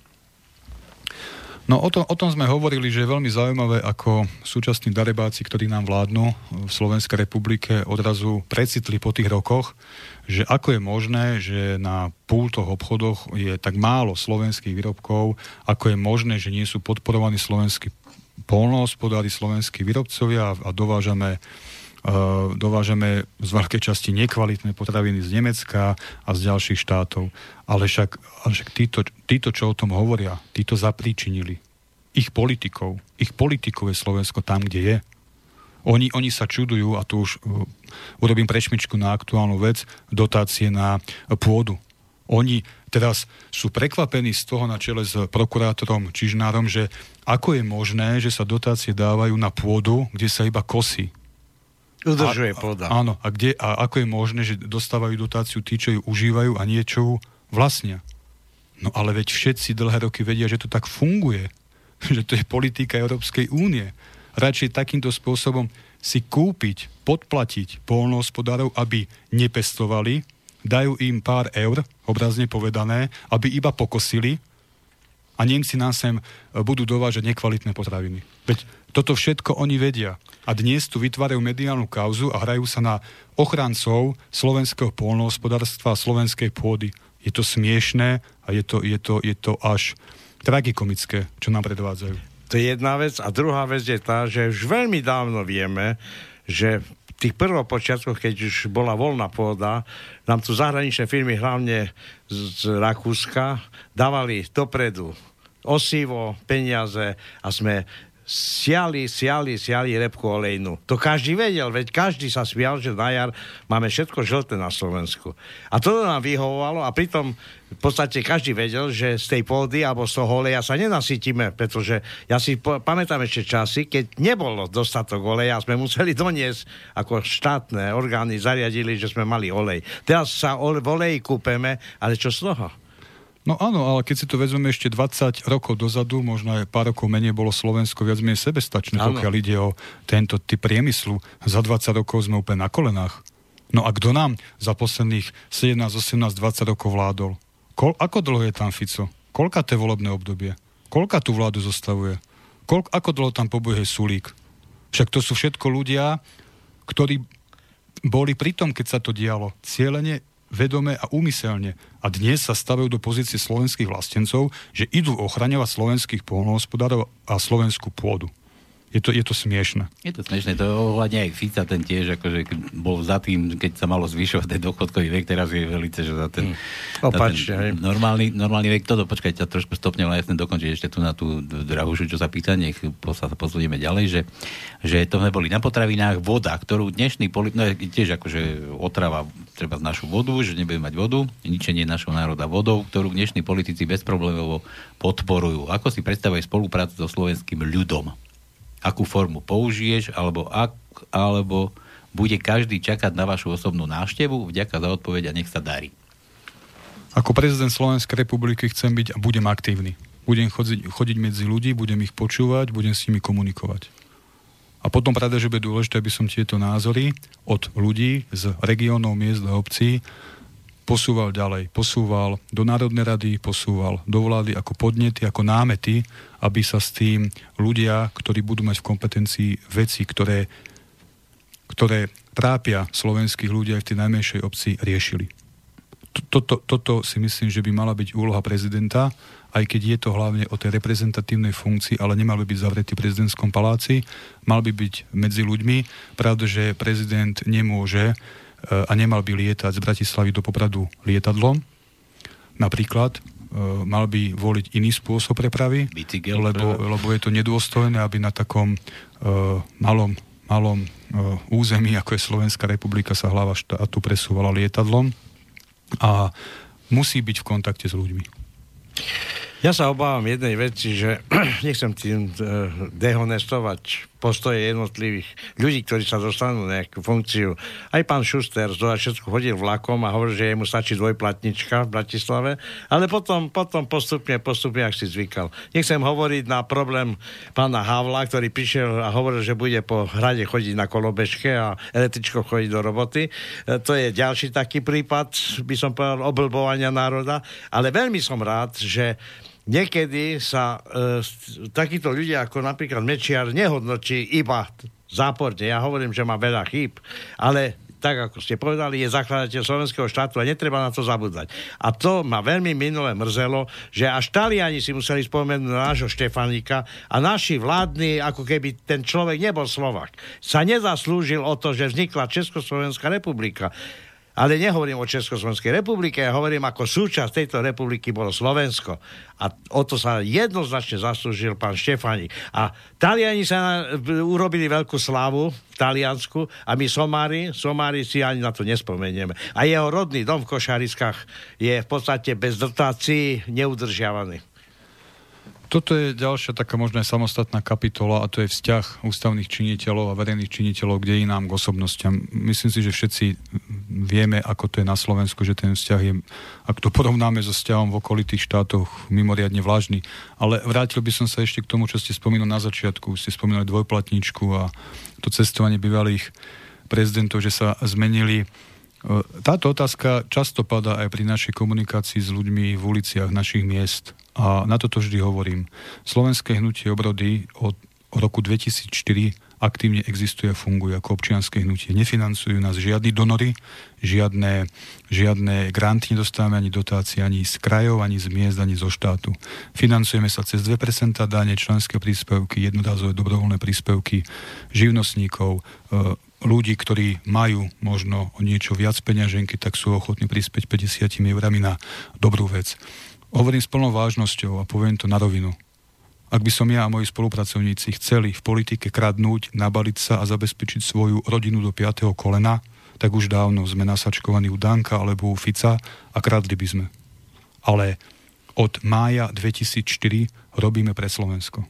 No o tom, o tom sme hovorili, že je veľmi zaujímavé, ako súčasní darebáci, ktorí nám vládnu v Slovenskej republike, odrazu precitli po tých rokoch, že ako je možné, že na pultoch obchodoch je tak málo slovenských výrobkov, ako je možné, že nie sú podporovaní slovenskí poľnohospodári, slovenskí výrobcovia a dovážame Uh, dovážame z veľkej časti nekvalitné potraviny z Nemecka a z ďalších štátov. Ale však, ale však títo, títo, čo o tom hovoria, títo zapríčinili ich politikov. Ich politikov je Slovensko tam, kde je. Oni, oni sa čudujú, a tu už uh, urobím prešmičku na aktuálnu vec, dotácie na pôdu. Oni teraz sú prekvapení z toho na čele s prokurátorom Čižnárom, že ako je možné, že sa dotácie dávajú na pôdu, kde sa iba kosí. Udržuje pôda. Áno, a, kde, a ako je možné, že dostávajú dotáciu tí, čo ju užívajú a nie, čo ju vlastnia. No ale veď všetci dlhé roky vedia, že to tak funguje. Že to je politika Európskej únie. Radšej takýmto spôsobom si kúpiť, podplatiť poľnohospodárov, aby nepestovali, dajú im pár eur, obrazne povedané, aby iba pokosili a Nemci nám sem budú dovážať nekvalitné potraviny. Veď toto všetko oni vedia. A dnes tu vytvárajú mediálnu kauzu a hrajú sa na ochrancov slovenského poľnohospodárstva a slovenskej pôdy. Je to smiešné a je to, je to, je to až tragikomické, čo nám predvádzajú. To je jedna vec. A druhá vec je tá, že už veľmi dávno vieme, že v tých prvopočiatkoch, keď už bola voľná pôda, nám tu zahraničné firmy, hlavne z, z Rakúska, dávali dopredu osivo, peniaze a sme siali, siali, siali repku olejnú. To každý vedel, veď každý sa smial, že na jar máme všetko žlté na Slovensku. A to nám vyhovovalo a pritom v podstate každý vedel, že z tej pôdy alebo z toho oleja sa nenasytíme, pretože ja si po- pamätám ešte časy, keď nebolo dostatok oleja, sme museli doniesť, ako štátne orgány zariadili, že sme mali olej. Teraz sa ole- v oleji kúpeme, ale čo z toho? No áno, ale keď si to vezmeme ešte dvadsať rokov dozadu, možno aj pár rokov menej, bolo Slovensko viac menej sebestačné, áno. Pokiaľ ide o tento typ priemyslu. Za dvadsať rokov sme úplne na kolenách. No a kto nám za posledných sedemnásť, osemnásť, dvadsať rokov vládol? Kol, ako dlho je tam Fico? Koľkaté volebné obdobie? Koľka tú vládu zostavuje? Koľk, ako dlho tam pobuje Sulík? Však to sú všetko ľudia, ktorí boli pri tom, keď sa to dialo. Cielene, vedome a úmyselne. A dnes sa stavajú do pozície slovenských vlastencov, že idú ochraňovať slovenských poľnohospodárov a slovenskú pôdu. Je to, je to smiešne. Je to smiešne. To ohľadne aj Fica, ten tiež akože bol za tým, keď sa malo zvyšovať ten dôchodkový vek, teraz je velice, že za ten, hmm. Opačne, za ten normálny, normálny vek. Toto, počkaj, ťa trošku stopnem, ale ja chcem dokončiť ešte tu na tú Drahušu, čo sa pýta, nech sa posunieme ďalej, že, že to sme boli na potravinách, voda, ktorú dnešný polit, no tiež akože otrava treba z našu vodu, že nebudeme mať vodu, ničenie našho národa vodou, ktorú dnešní politici bezproblémovo podporujú. Ako si predstavuje spoluprácu so slovenským ľudom? Akú formu použiješ, alebo, ak, alebo bude každý čakať na vašu osobnú návštevu? Vďaka za odpoveď a nech sa darí. Ako prezident Slovenskej republiky chcem byť a budem aktívny. Budem chodiť, chodiť medzi ľudí, budem ich počúvať, budem s nimi komunikovať. A potom pravda, že bude dôležité, aby som tieto názory od ľudí z regiónov, miest a obcí posúval ďalej. Posúval do Národnej rady, posúval do vlády ako podnety, ako námety, aby sa s tým ľudia, ktorí budú mať v kompetencii veci, ktoré, ktoré trápia slovenských ľudí aj v tej najmenšej obci, riešili. Toto, toto si myslím, že by mala byť úloha prezidenta, aj keď je to hlavne o tej reprezentatívnej funkcii, ale nemal by byť zavretý v prezidentskom paláci, mal by byť medzi ľuďmi. Pravda, že prezident nemôže a nemal by lietať z Bratislavy do Popradu lietadlom. Napríklad mal by voliť iný spôsob prepravy, bicykel, lebo, lebo je to nedôstojné, aby na takom uh, malom, malom uh, území, ako je Slovenská republika, sa hlava štátu presúvala lietadlom a musí byť v kontakte s ľuďmi. Ja sa obávam jednej veci, že nechcem tým dehonestovať postoje jednotlivých ľudí, ktorí sa dostanú na nejakú funkciu. Aj pán Šuster z všetko chodil vlakom a hovoril, že jemu stačí dvojplatnička v Bratislave, ale potom, potom postupne, postupne, ak si zvykal. Nechcem hovoriť na problém pána Havla, ktorý prišiel a hovoril, že bude po hrade chodiť na kolobežke a električko chodiť do roboty. To je ďalší taký prípad, by som povedal, oblbovania národa, ale veľmi som rád, že niekedy sa e, takíto ľudia ako napríklad Mečiar nehodnotí iba záporne. Ja hovorím, že má veľa chýb, ale tak, ako ste povedali, je zakladateľ slovenského štátu a netreba na to zabúdať. A to ma veľmi minule mrzelo, že až Taliani si museli spomenúť na nášho Štefanika a naši vládni, ako keby ten človek nebol Slovák, sa nezaslúžil o to, že vznikla Československá republika. Ale nehovorím o Československej republike, ja hovorím, ako súčasť tejto republiky bolo Slovensko. A o to sa jednoznačne zaslúžil pán Štefánik. A Taliani sa urobili veľkú slávu v Taliansku a my Somári, Somári si ani na to nespomenieme. A jeho rodný dom v Košariskách je v podstate bez dotácií neudržiavaný. Toto je ďalšia taká možná samostatná kapitola a to je vzťah ústavných činiteľov a verejných činiteľov k dejinám, k osobnostiam. Myslím si, že všetci vieme, ako to je na Slovensku, že ten vzťah je, ak to porovnáme so vzťahom v okolitých štátoch, mimoriadne vlažný. Ale vrátil by som sa ešte k tomu, čo ste spomínali na začiatku. Ste spomínali dvojplatničku a to cestovanie bývalých prezidentov, že sa zmenili. Táto otázka často padá aj pri našej komunikácii s ľuďmi v uliciach našich miest. A na toto vždy hovorím. Slovenské hnutie obrody od roku dvetisícštyri aktívne existuje a funguje ako občianske hnutie. Nefinancujú nás žiadni donory, žiadne, žiadne granty nedostávame, ani dotácie, ani z krajov, ani z miest, ani zo štátu. Financujeme sa cez dve percentá dane, členské príspevky, jednorazové dobrovoľné príspevky živnostníkov, ľudí, ktorí majú možno o niečo viac peňaženky, tak sú ochotní prispieť päťdesiatimi eurami na dobrú vec. Hovorím s plnou vážnosťou a poviem to na rovinu. Ak by som ja a moji spolupracovníci chceli v politike kradnúť, nabaliť sa a zabezpečiť svoju rodinu do piateho kolena, tak už dávno sme nasačkovaní u Danka alebo u Fica a kradli by sme. Ale od mája dvetisícštyri robíme pre Slovensko.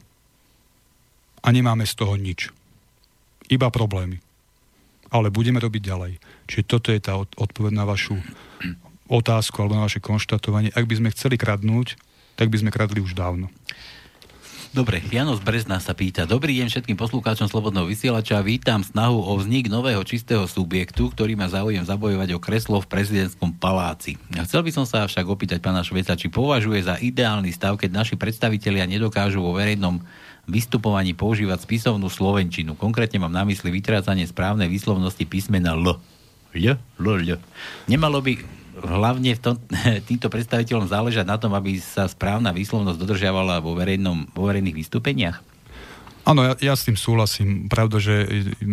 A nemáme z toho nič. Iba problémy. Ale budeme robiť ďalej. Čiže toto je tá odpoveď na vašu otázku alebo na vaše konštatovanie. Ak by sme chceli kradnúť, tak by sme kradli už dávno. Dobre, Jano z Brezna sa pýta. Dobrý deň všetkým poslucháčom Slobodného vysielača. Vítam snahu o vznik nového čistého subjektu, ktorý má záujem zabojovať o kreslo v prezidentskom paláci. A chcel by som sa však opýtať pána Šveca, či považuje za ideálny stav, keď naši predstavitelia nedokážu vo verejnom vystupovaní používať spisovnú slovenčinu. Konkrétne mám na mysli vytrácanie správnej výslovnosti písmena L. L, L, L. Nemalo by hlavne v tom, týmto predstaviteľom záležať na tom, aby sa správna výslovnosť dodržiavala vo, verejnom, vo verejných vystúpeniach? Áno, ja, ja s tým súhlasím. Pravda, že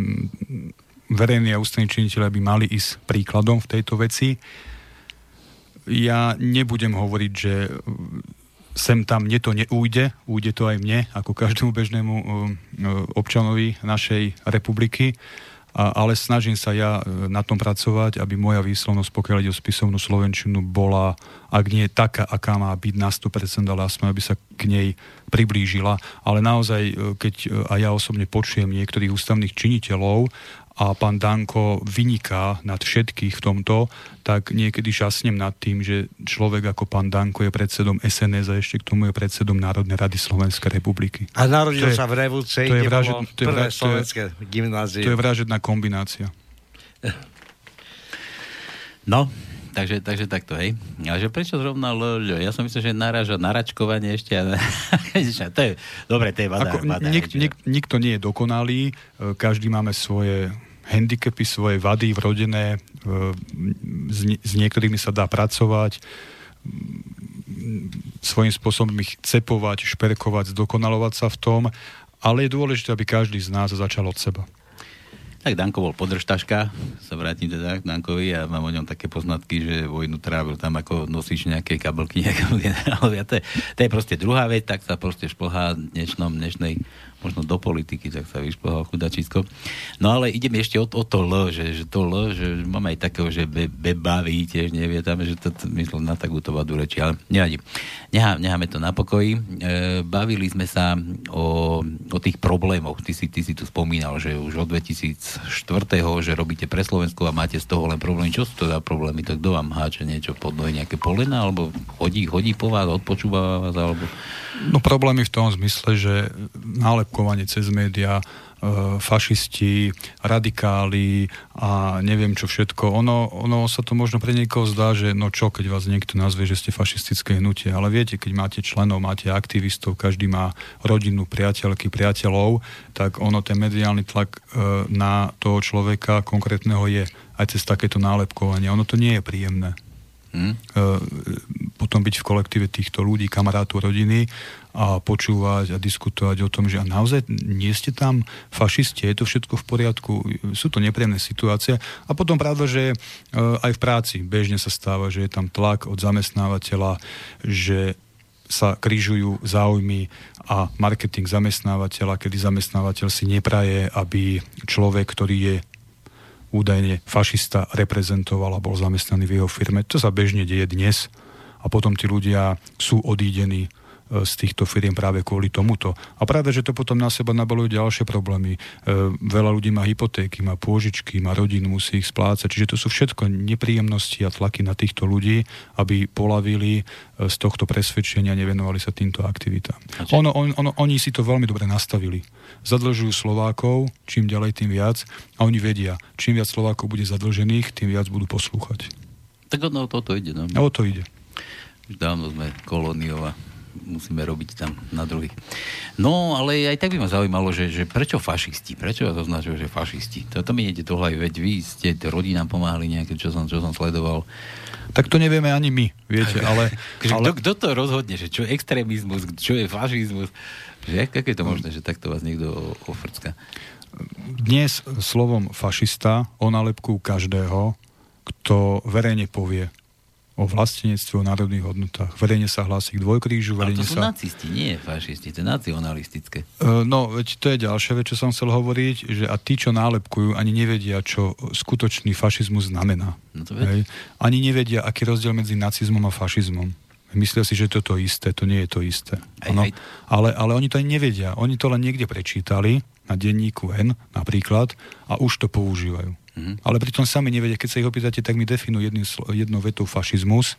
verejní a ústavní činitelia by mali ísť príkladom v tejto veci. Ja nebudem hovoriť, že sem tam mne to neújde, újde to aj mne, ako každému bežnému občanovi našej republiky. A, ale snažím sa ja na tom pracovať, aby moja výslovnosť, pokiaľ ide o spisovnú slovenčinu, bola, ak nie taká, aká má byť na sto percent, ale aspoň, aby sa k nej priblížila. Ale naozaj, keď aj ja osobne počujem niektorých ústavných činiteľov a pán Danko vyniká nad všetkých v tomto, tak niekedy žasnem nad tým, že človek ako pán Danko je predsedom es en es a ešte k tomu je predsedom Národnej rady Slovenskej republiky. A narodil sa v Revúcej, kde vražed, bolo to je, prvé to je, slovenské gymnázium. To je vražedná kombinácia. No, takže, takže takto, hej. Ale že prečo zrovna L, L? Ja som myslel, že naráža naračkovanie ešte. to je, dobre, to je vada. Ako, vada nik, nik, nikto nie je dokonalý, každý máme svoje handicapy, svoje vady vrodené, s, s niektorými sa dá pracovať, svojím spôsobom ich cepovať, šperkovať, zdokonalovať sa v tom, ale je dôležité, aby každý z nás začal od seba. Tak Danko bol podržtaška, sa vrátim teda k Dankovi a mám o ňom také poznatky, že vojnu trávil tam ako nosič nejakej kabelky, nejakého generálovia. To je, to je proste druhá vec, tak sa proste šplhá dnešnom, dnešnej možno do politiky, tak sa vyšplhal chudačisko. No ale idem ešte o, o to L, že, že to L, že mám aj takého, že be, bebaví, tiež nevie tam, že to, to myslel na takúto vadu reči, ale nevadí. Nechá, necháme to na pokoji. E, bavili sme sa o, o tých problémoch. Ty si, ty si tu spomínal, že už od dvetisícštyri, že robíte pre Slovensko a máte z toho len problémy. Čo sú to za problémy? Tak kto vám háče niečo pod nohy, nejaké polena, alebo hodí, hodí po vás, odpočúva vás, alebo... No problémy v tom zmysle, že nálepkovanie cez médiá, e, fašisti, radikáli a neviem čo všetko. Ono, ono sa to možno pre niekoho zdá, že no čo, keď vás niekto nazve, že ste fašistické hnutie. Ale viete, keď máte členov, máte aktivistov, každý má rodinu, priateľky, priateľov, tak ono, ten mediálny tlak e, na toho človeka konkrétneho je aj cez takéto nálepkovanie. Ono to nie je príjemné. Hmm. Potom byť v kolektíve týchto ľudí, kamarátov, rodiny a počúvať a diskutovať o tom, že a naozaj nie ste tam fašisti, je to všetko v poriadku, sú to nepríjemné situácie a potom pravda, že aj v práci bežne sa stáva, že je tam tlak od zamestnávateľa, že sa križujú záujmy a marketing zamestnávateľa, kedy zamestnávateľ si nepraje, aby človek, ktorý je údajne fašista reprezentoval a bol zamestnaný v jeho firme. To sa bežne deje dnes a potom tí ľudia sú odídení z týchto firiem práve kvôli tomuto. A práve, že to potom na seba nabalujú ďalšie problémy. E, veľa ľudí má hypotéky, má pôžičky, má rodinu, musí ich splácať. Čiže to sú všetko nepríjemnosti a tlaky na týchto ľudí, aby polavili z tohto presvedčenia, nevenovali sa týmto aktivitám. Ono, on, ono, oni si to veľmi dobre nastavili. Zadlžujú Slovákov, čím ďalej, tým viac. A oni vedia, čím viac Slovákov bude zadlžených, tým viac budú poslúchať. Tak ono o toto ide. No? A o to ide. Už dávno sme kolóniou a musíme robiť tam na druhých. No, ale aj tak by ma zaujímalo, že, že prečo fašisti? Prečo vás označujú, že fašisti? Toto mi nejde do hlavy, veď vy ste rodinám pomáhali nejaké, čo som, čo som sledoval. Tak to nevieme ani my, viete, ale... ale... Kto to rozhodne, že čo je extrémizmus, čo je fašizmus? Že aké je to možné, že takto vás niekto ofrcka? Dnes slovom fašista onálepkujú každého, kto verejne povie o vlastenectve, o národných hodnotách. Verejne sa hlási k dvojkrížu. Ale to sú sa... nacisti, nie fašisti, to je nacionalistické. Uh, no, veď to je ďalšia vec, čo som chcel hovoriť, že a tí, čo nálepkujú, ani nevedia, čo skutočný fašizmus znamená. No to veď. Ani nevedia, aký rozdiel medzi nacizmom a fašizmom. Myslia si, že to je to isté, to nie je to isté. Aj, aj... Ale, ale oni to ani nevedia. Oni to len niekde prečítali, na denníku N napríklad, a už to používajú. Mm-hmm. Ale pritom sami nevedia, keď sa ich opýtate, tak mi definujú jedným, jednou vetou fašizmus,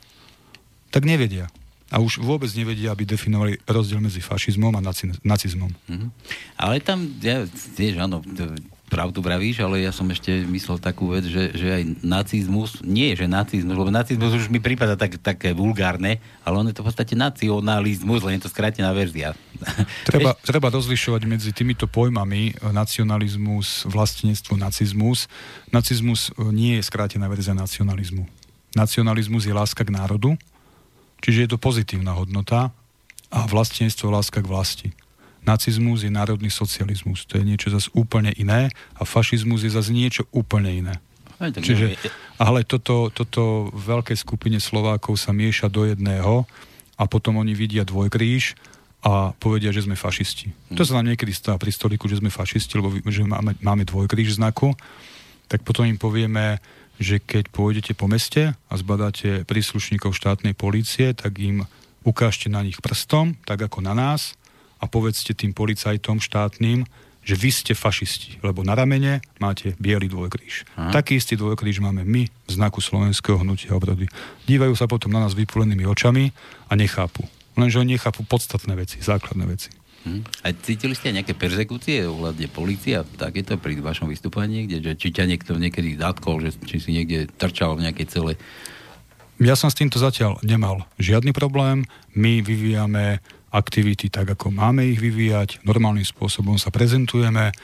tak nevedia. A už vôbec nevedia, aby definovali rozdiel medzi fašizmom a naci, nacizmom. Mm-hmm. Ale tam, ja, tiež, áno, pravdu pravíš, ale ja som ešte myslel takú vec, že, že aj nacizmus, nie je, že nacizmus, lebo nacizmus už mi prípada tak, také vulgárne, ale on je to v podstate nacionalizmus, len je to skrátená verzia. Treba, treba rozlišovať medzi týmito pojmami nacionalizmus, vlastenectvo, nacizmus. Nacizmus nie je skrátená verzia nacionalizmu. Nacionalizmus je láska k národu, čiže je to pozitívna hodnota a vlastenectvo je láska k vlasti. Nacizmus je národný socializmus. To je niečo zase úplne iné a fašizmus je zase niečo úplne iné. Aj, čiže, ale toto, toto veľké skupine Slovákov sa mieša do jedného a potom oni vidia dvojkríž a povedia, že sme fašisti. Hmm. To sa nám niekedy stáva pri stoliku, že sme fašisti, lebo že máme, máme dvojkríž znaku, tak potom im povieme, že keď pôjdete po meste a zbadáte príslušníkov štátnej polície, tak im ukážte na nich prstom, tak ako na nás, a povedzte tým policajtom štátnym, že vy ste fašisti, lebo na ramene máte biely dvojkríž. Aha. Taký istý dvojkríž máme my v znaku Slovenského hnutia obrody. Dívajú sa potom na nás vypulenými očami a nechápu. Lenže oni nechápu podstatné veci, základné veci. Hm. A cítili ste aj nejaké perzekúcie ohľadne polície a takéto pri vašom vystúpaní niekde? Že či ťa niekto niekedy zatkol, že či si niekde trčal v nejakej celej... Ja som s týmto zatiaľ nemal žiadny problém. My vyvíjame aktivity tak, ako máme ich vyvíjať. Normálnym spôsobom sa prezentujeme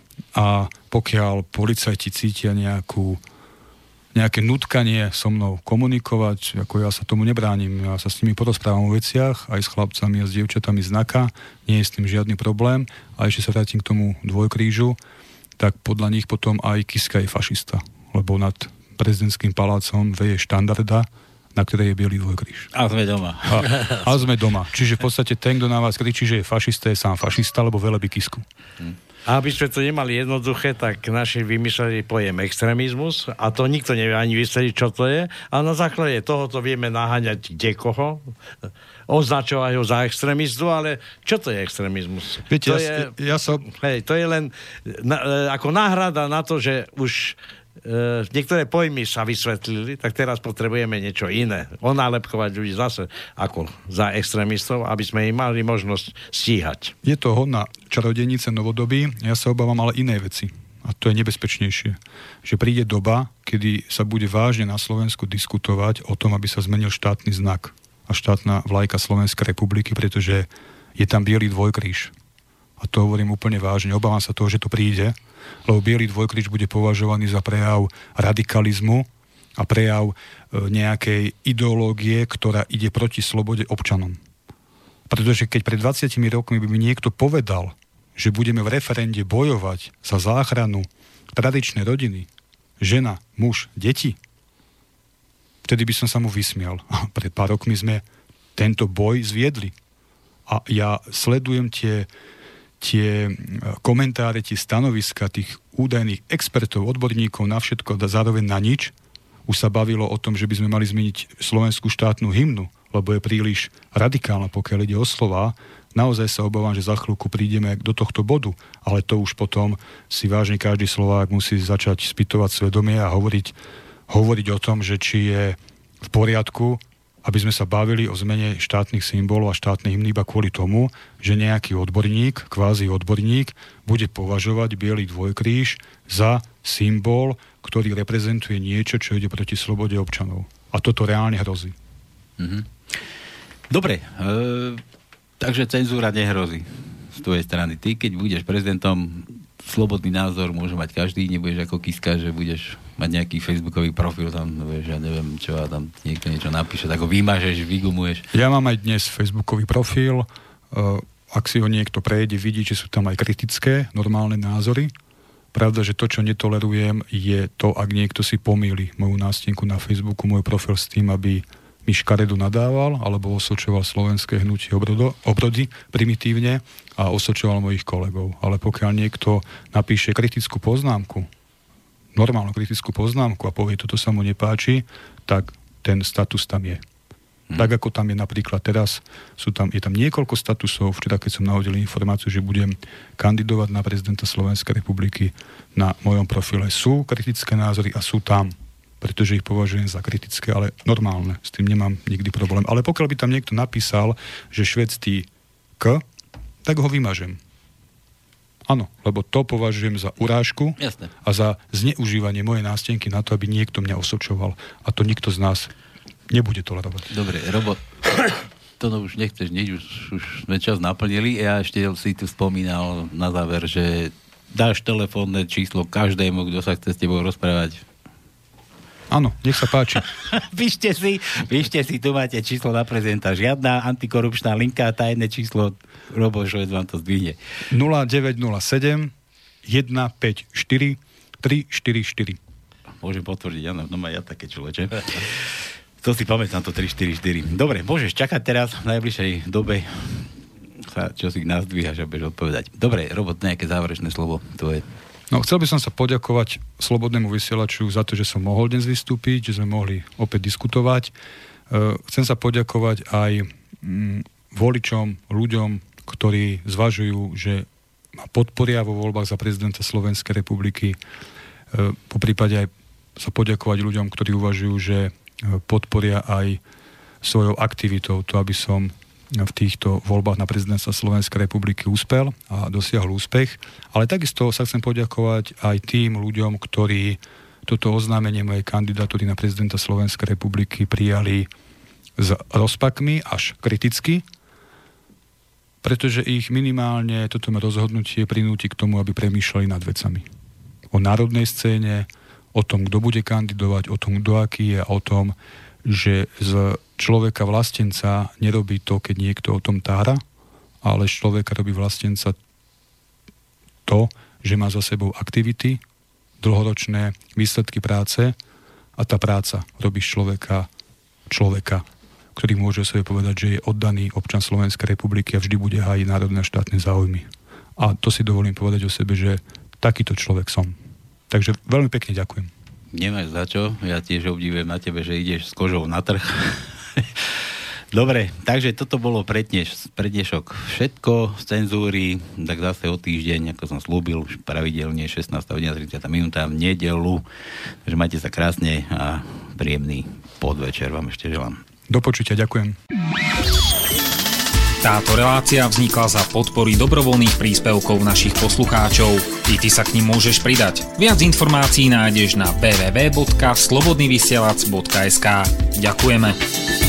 a pokiaľ policajti cítia nejakú, nejaké nutkanie so mnou komunikovať, ako ja sa tomu nebránim, ja sa s nimi porozprávam o veciach, aj s chlapcami a s dievčatami znaka, nie je s tým žiadny problém. A ešte sa vrátim k tomu dvojkrížu. tak podľa nich potom aj Kiska je fašista, lebo nad prezidentským palácom veje štandarda, na ktorej je bielý dvojkríž. A sme doma. A, a sme doma. Čiže v podstate ten, kto na vás kričí, že je fašista, je sám fašista, lebo velebí Kisku. Hm. A aby sme to nemali jednoduché, tak naši vymysleli pojem extrémizmus a to nikto nevie ani vysvetliť, čo to je. A na základe tohoto vieme naháňať kdekoho, označovať ho za extrémistu, ale čo to je extrémizmus? Viete, to, ja, je, ja som... hej, to je len na, ako náhrada na to, že už e, niektoré pojmy sa vysvetlili, tak teraz potrebujeme niečo iné. Onálepkovať ľudí zase ako za extrémistov, aby sme im mali možnosť stíhať. Je to hodná čarodejnice novodoby, ja sa obávam ale iné veci. A to je nebezpečnejšie. Že príde doba, kedy sa bude vážne na Slovensku diskutovať o tom, aby sa zmenil štátny znak a štátna vlajka Slovenskej republiky, pretože je tam biely dvojkríž. A to hovorím úplne vážne. Obávam sa toho, že to príde, lebo biely dvojkríž bude považovaný za prejav radikalizmu a prejav e, nejakej ideológie, ktorá ide proti slobode občanom. Pretože keď pred dvadsiatimi rokmi by mi niekto povedal, že budeme v referende bojovať za záchranu tradičnej rodiny, žena, muž, deti, vtedy by som sa mu vysmial. A pred pár rokmi sme tento boj zviedli. A ja sledujem tie, tie komentáre, tie stanoviska tých údajných expertov, odborníkov na všetko a zároveň na nič. Už sa bavilo o tom, že by sme mali zmeniť slovenskú štátnu hymnu, lebo je príliš radikálna, pokiaľ ide o slová. Naozaj sa obávam, že za chvíľku prídeme do tohto bodu, ale to už potom si vážne každý Slovák musí začať spýtovať svedomie a hovoriť, hovoriť o tom, že či je v poriadku, aby sme sa bavili o zmene štátnych symbolov a štátnej hymny iba kvôli tomu, že nejaký odborník, kvázi odborník, bude považovať biely dvojkríž za symbol, ktorý reprezentuje niečo, čo ide proti slobode občanov. A toto reálne hrozí. Mm-hmm. Dobre, e, takže cenzúra nehrozí z tvojej strany. Ty, keď budeš prezidentom, slobodný názor môže mať každý, nebudeš ako Kiska, že budeš mať nejaký facebookový profil, tam, vieš, ja neviem čo, a tam niekto niečo napíše, tak ho vymažeš, vygumuješ. Ja mám aj dnes facebookový profil, uh, ak si ho niekto prejde, vidí, že sú tam aj kritické, normálne názory. Pravda, že to, čo netolerujem, je to, ak niekto si pomýli moju nástenku na Facebooku, môj profil s tým, aby mi škaredu nadával, alebo osočoval slovenské hnutie obrodo, obrody primitívne a osočoval mojich kolegov. Ale pokiaľ niekto napíše kritickú poznámku, normálnu kritickú poznámku a povie, toto sa mu nepáči, tak ten status tam je. Hmm. Tak ako tam je napríklad teraz, sú tam, je tam niekoľko statusov. Včera, keď som nahodil informáciu, že budem kandidovať na prezidenta Slovenskej republiky, na mojom profile sú kritické názory a sú tam, pretože ich považujem za kritické, ale normálne. S tým nemám nikdy problém. Ale pokiaľ by tam niekto napísal, že švédsky K, tak ho vymažem. Áno, lebo to považujem za urážku. Jasne. A za zneužívanie mojej nástenky na to, aby niekto mňa osočoval. A to nikto z nás nebude tolerovať. Dobre, Robo, to no už nechceš, nie, už, už sme čas naplnili. Ja ešte si tu spomínal na záver, že dáš telefónne číslo každému, kto sa chce s tebou rozprávať. Áno, nech sa páči. Píšte si, píšte si, tu máte číslo na prezidenta. Žiadna antikorupčná linka, tajné číslo, Robo Šovec vám to zdvihne. nula deväť nula sedem jeden päť štyri tri štyri štyri. Môžem potvrdiť, áno, no má ja také človeče. To si pamätám, to tri štyri štyri. Dobre, môžeš čakať teraz v najbližšej dobe, sa, čo si nás dvíhaš a budeš odpovedať. Dobre, Robo, nejaké záverečné slovo tvoje. No, chcel by som sa poďakovať Slobodnému vysielaču za to, že som mohol dnes vystúpiť, že sme mohli opäť diskutovať. Chcem sa poďakovať aj voličom, ľuďom, ktorí zvažujú, že ma podporia vo voľbách za prezidenta Slovenskej republiky. Po prípade aj sa poďakovať ľuďom, ktorí uvažujú, že podporia aj svojou aktivitou to, aby som v týchto voľbách na prezidenta Slovenskej republiky úspel a dosiahol úspech. Ale takisto sa chcem poďakovať aj tým ľuďom, ktorí toto oznámenie mojej kandidatúry na prezidenta Slovenskej republiky prijali s rozpakmi až kriticky, pretože ich minimálne toto rozhodnutie prinúti k tomu, aby premýšľali nad vecami. O národnej scéne, o tom, kto bude kandidovať, o tom, kto aký je, o tom, že z človeka vlastenca nerobí to, keď niekto o tom tára, ale z človeka robí vlastenca to, že má za sebou aktivity, dlhoročné výsledky práce a tá práca robí z človeka človeka, ktorý môže o sebe povedať, že je oddaný občan Slovenskej republiky a vždy bude hájiť národné a štátne záujmy. A to si dovolím povedať o sebe, že takýto človek som. Takže veľmi pekne ďakujem. Nemáš za čo, ja tiež obdivujem na tebe, že ideš s kožou na trh. Dobre, takže toto bolo pre dneš, pre dnešok všetko z cenzúry, tak zase o týždeň, ako som slúbil, pravidelne šestnásta hodina tridsať minúta v nedeľu. Takže majte sa krásne a príjemný podvečer vám ešte želám. Do počutia, ďakujem. Táto relácia vznikla za podpory dobrovoľných príspevkov našich poslucháčov. I ty sa k nim môžeš pridať. Viac informácií nájdeš na w w w bodka slobodnyvysielac bodka es ka. Ďakujeme.